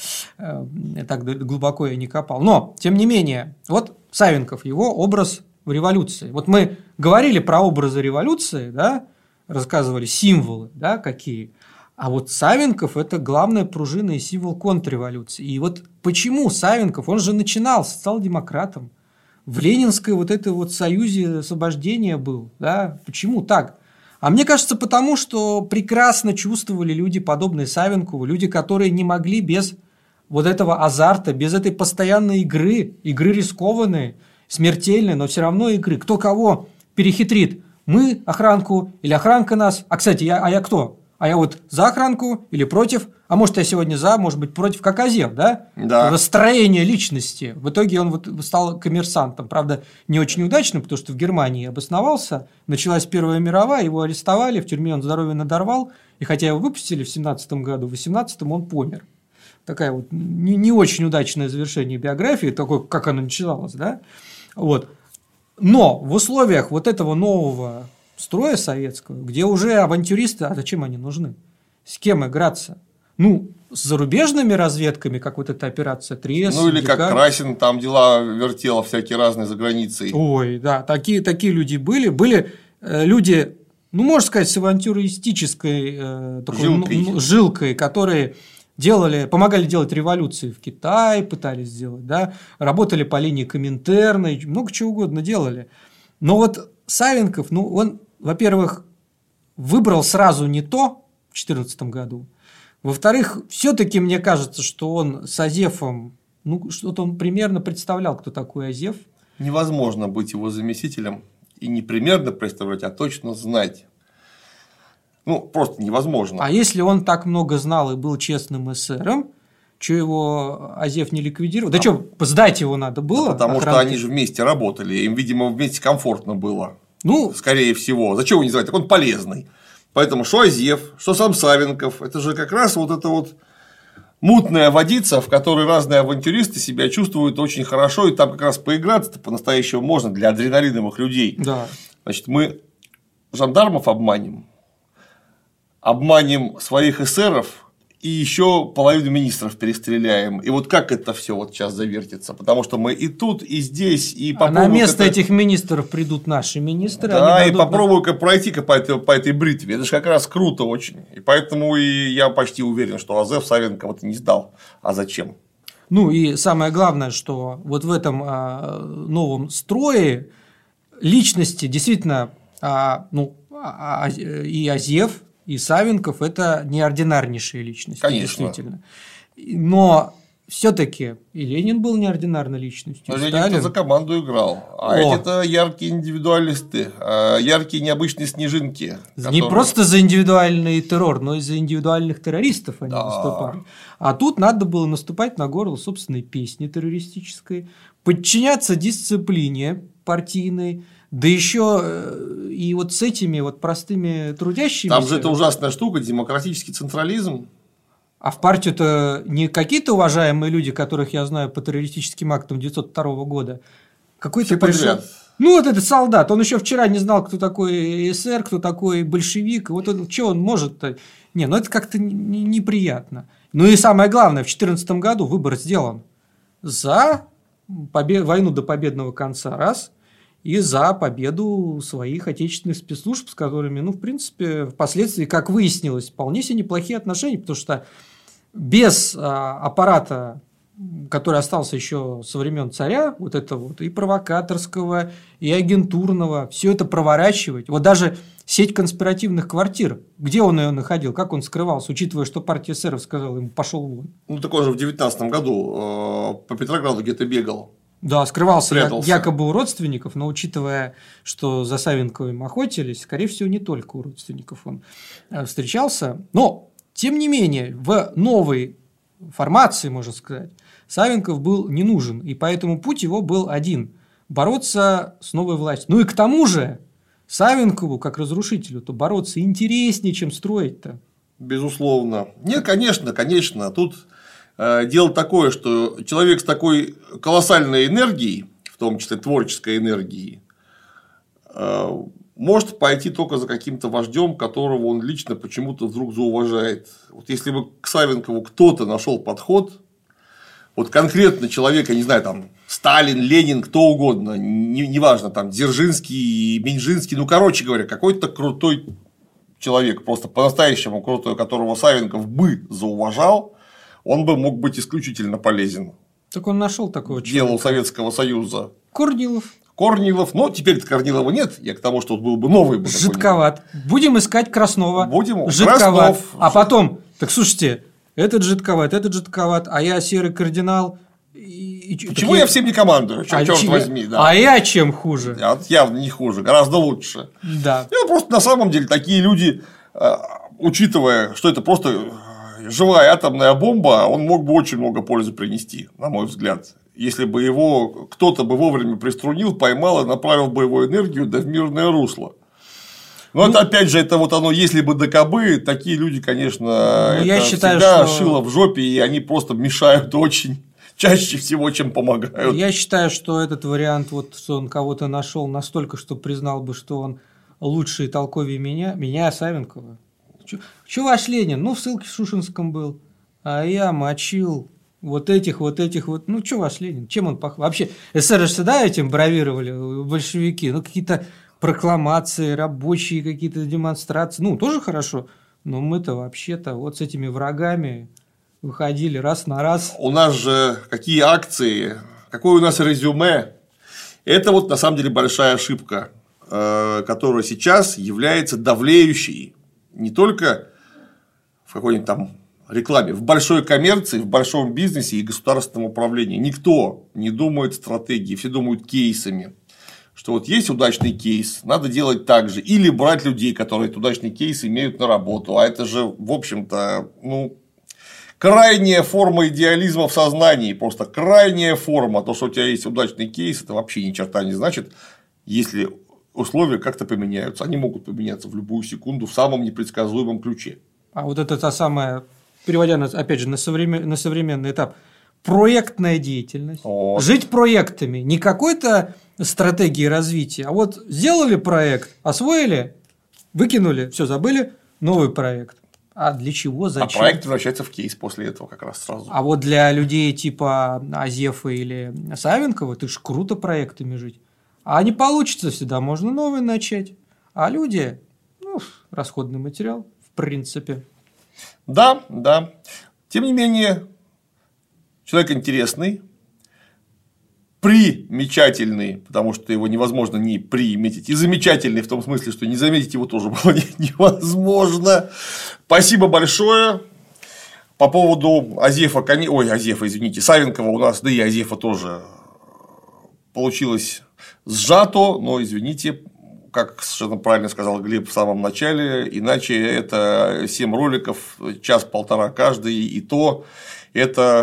так глубоко я не копал, но, тем не менее, вот Савенков, его образ в революции, вот мы говорили про образы революции, да, рассказывали символы, да, какие. А вот Савенков – это главная пружина и символ контрреволюции. И вот почему Савенков, он же начинал социал-демократом, в Ленинской вот этой вот союзе освобождения был, да, почему так? А мне кажется, потому что прекрасно чувствовали люди, подобные Савенкову, люди, которые не могли без вот этого азарта, без этой постоянной игры рискованной, смертельной, но все равно игры. Кто кого перехитрит? Мы охранку или охранка нас? А, кстати, я кто? А я вот за охранку или против? А может, я сегодня за, может быть, против, как Азев, да? Да. Расстроение личности. В итоге он вот стал коммерсантом. Правда, не очень удачно, потому что в Германии обосновался. Началась Первая мировая, его арестовали, в тюрьме он здоровье надорвал. И хотя его выпустили в 17 году, в 18-м он помер. Такая вот не очень удачное завершение биографии, такое, как оно начиналось, да? Вот. Но в условиях вот этого нового строя советского, где уже авантюристы, а зачем они нужны? С кем играться? Ну, с зарубежными разведками, как вот эта операция ТРЕС. Ну, или как Красин там дела вертел всякие разные за границей. Ой, да, такие люди были. Были люди, ну, можно сказать, с авантюристической жилкой, которые помогали делать революции в Китае, пытались сделать, да, работали по линии Коминтерна, много чего угодно делали. Но вот Савенков, ну, он, во-первых, выбрал сразу не то в 2014 году. Во-вторых, все-таки мне кажется, что он с Азефом, ну, что-то он примерно представлял, кто такой Азеф. Невозможно быть его заместителем и не примерно представлять, а точно знать. Ну, просто невозможно. А если он так много знал и был честным эсером, что его Азеф не ликвидировал? Да что, сдать его надо было? Да потому что они же вместе работали, им, видимо, вместе комфортно было. Ну, скорее всего. Зачем его не звать? Так он полезный. Поэтому что Азеф, что сам Савенков, это же как раз вот эта вот мутная водица, в которой разные авантюристы себя чувствуют очень хорошо, и там как раз поиграться-то по-настоящему можно для адреналиновых людей. Да. Значит, мы жандармов обманем своих эсеров и еще половину министров перестреляем. И вот как это все вот сейчас завертится? Потому что мы и тут, и здесь, и попробуем. А на место этих министров придут наши министры. Да, и попробую-ка пройти-ка по этой бритве. Это же как раз круто очень. И поэтому я почти уверен, что Азеф Савенкова-то не сдал. А зачем? Ну и самое главное, что вот в этом новом строе личности действительно и Азеф, и Савенков – это неординарнейшие личности. Конечно. Действительно. Но все-таки и Ленин был неординарной личностью. Но Ленин за команду играл. А эти-то яркие индивидуалисты, яркие необычные снежинки. Не просто за индивидуальный террор, но и за индивидуальных террористов они наступали. А тут надо было наступать на горло собственной песни террористической, подчиняться дисциплине партийной. Да еще и вот с этими вот простыми трудящимися. Там же это ужасная штука, демократический централизм. А в партию-то не какие-то уважаемые люди, которых я знаю по террористическим актам 1902 года. Какой-то пришел. Ну, вот этот солдат. Он еще вчера не знал, кто такой эсер, кто такой большевик. Вот он, что он может-то? Не, ну это как-то неприятно. Ну и самое главное, в 2014 году выбор сделан за войну до победного конца, раз. И за победу своих отечественных спецслужб, с которыми, ну, в принципе, впоследствии, как выяснилось, вполне себе неплохие отношения, потому что без аппарата который остался еще со времен царя, вот это вот, и провокаторского, и агентурного, все это проворачивать. Вот даже сеть конспиративных квартир, где он ее находил, как он скрывался, учитывая, что партия эсеров сказала ему «пошел вон». Ну, такой же в 19 году по Петрограду где-то бегал. Да, скрывался Прятался. якобы у родственников, но учитывая, что за Савенковым охотились, скорее всего, не только у родственников он встречался. Но, тем не менее, в новой формации, можно сказать, Савенков был не нужен, и поэтому путь его был один – бороться с новой властью. Ну и к тому же Савенкову, как разрушителю-то, бороться интереснее, чем строить-то. Безусловно. Нет, конечно. Тут дело такое, что человек с такой колоссальной энергией, в том числе творческой энергией, может пойти только за каким-то вождем, которого он лично почему-то вдруг зауважает. Вот если бы к Савенкову кто-то нашел подход, вот конкретно человека, не знаю, там Сталин, Ленин, кто угодно, неважно, там Дзержинский, Минжинский, ну, короче говоря, какой-то крутой человек, просто по-настоящему крутой, которого Савенков бы зауважал, он бы мог быть исключительно полезен. Так он нашел такого человека. Делу Советского Союза. Корнилов, но теперь Корнилова нет, я к тому, что был бы новый. Жидковат. Будем искать Краснова. Будем. Жидковат. А потом, так слушайте, этот жидковат, а я серый кардинал. Почему я всем не командую? Черт возьми. Да. А я чем хуже? Явно не хуже, гораздо лучше. Да. И просто на самом деле такие люди, учитывая, что это просто живая атомная бомба, он мог бы очень много пользы принести, на мой взгляд. Если бы его кто-то бы вовремя приструнил, поймал и направил бы его энергию в мирное русло. Но это опять же, это вот оно, если бы докобы, такие люди, конечно, это я считаю, всегда что... шило в жопе, и они просто мешают очень чаще всего, чем помогают. Я считаю, что этот вариант, вот, что он кого-то нашел настолько, что признал бы, что он лучше и толковее меня Савенкова. Чё ваш Ленин? Ну, в ссылке в Шушинском был, а я мочил вот этих. Ну, чё ваш Ленин? Чем он похож? Вообще, эсеры всегда этим бравировали, большевики, ну, какие-то прокламации, рабочие какие-то демонстрации, ну, тоже хорошо, но мы-то вообще-то вот с этими врагами выходили раз на раз. У нас же какие акции, какое у нас резюме, это вот на самом деле большая ошибка, которая сейчас является давлеющей не только в какой-нибудь там рекламе, в большой коммерции, в большом бизнесе и государственном управлении. Никто не думает стратегии, все думают кейсами. Что вот есть удачный кейс, надо делать так же. Или брать людей, которые этот удачный кейс имеют на работу. А это же, в общем-то, ну, крайняя форма идеализма в сознании. Просто крайняя форма. То, что у тебя есть удачный кейс, это вообще ни черта не значит, если условия как-то поменяются. Они могут поменяться в любую секунду в самом непредсказуемом ключе. А вот это та самая, переводя, опять же, на современный этап, проектная деятельность. Вот. Жить проектами, не какой-то стратегии развития, а вот сделали проект, освоили, выкинули, все забыли, новый проект. А для чего, зачем? А проект превращается в кейс после этого как раз сразу. А вот для людей типа Азефа или Савенкова, это ж круто проектами жить. А не получится всегда, можно новый начать. А люди, ну, расходный материал, в принципе. Да. Тем не менее, человек интересный, примечательный, потому что его невозможно не приметить, и замечательный в том смысле, что не заметить его тоже было невозможно. Спасибо большое. По поводу Савенкова у нас, да и Азефа тоже получилось сжато, но, извините, как совершенно правильно сказал Глеб в самом начале, иначе это 7 роликов, час-полтора каждый, и то это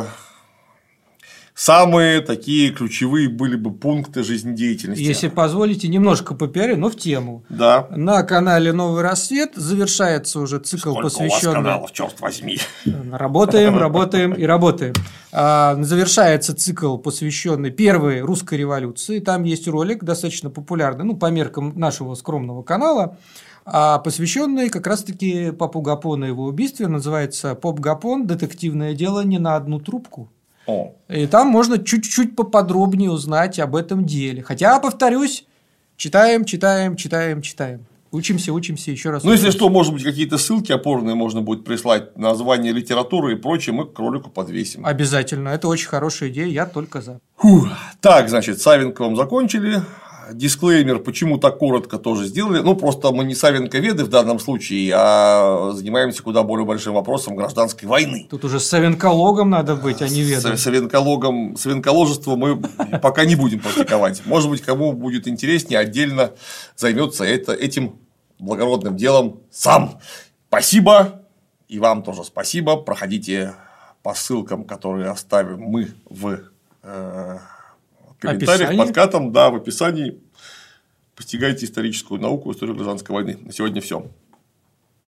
самые такие ключевые были бы пункты жизнедеятельности. Если позволите, немножко попиарю, но в тему. Да. На канале «Новый рассвет» завершается уже цикл, Сколько посвященный... у вас каналов, черт возьми. Работаем. Завершается цикл, посвященный первой русской революции. Там есть ролик, достаточно популярный, ну, по меркам нашего скромного канала, посвященный как раз-таки Попу Гапону и его убийстве. Называется «Поп Гапон. Детективное дело не на одну трубку». И там можно чуть-чуть поподробнее узнать об этом деле. Хотя, повторюсь, читаем. Учимся, еще раз. Ну, если что, может быть, какие-то ссылки опорные можно будет прислать, название литературы и прочее, мы к ролику подвесим. Обязательно. Это очень хорошая идея, я только за. Так, значит, с Савенковым закончили. Дисклеймер, почему так коротко тоже сделали. Ну, просто мы не савенковеды в данном случае, а занимаемся куда более большим вопросом гражданской войны. Тут уже савенкологом надо быть, а не ведом. Савенколожество мы пока не будем практиковать. Может быть, кому будет интереснее, отдельно займется этим благородным делом сам. Спасибо. И вам тоже спасибо. Проходите по ссылкам, которые оставим мы в комментариях, подкатом, да, в описании. Постигайте историческую науку, историю гражданской войны. На сегодня все.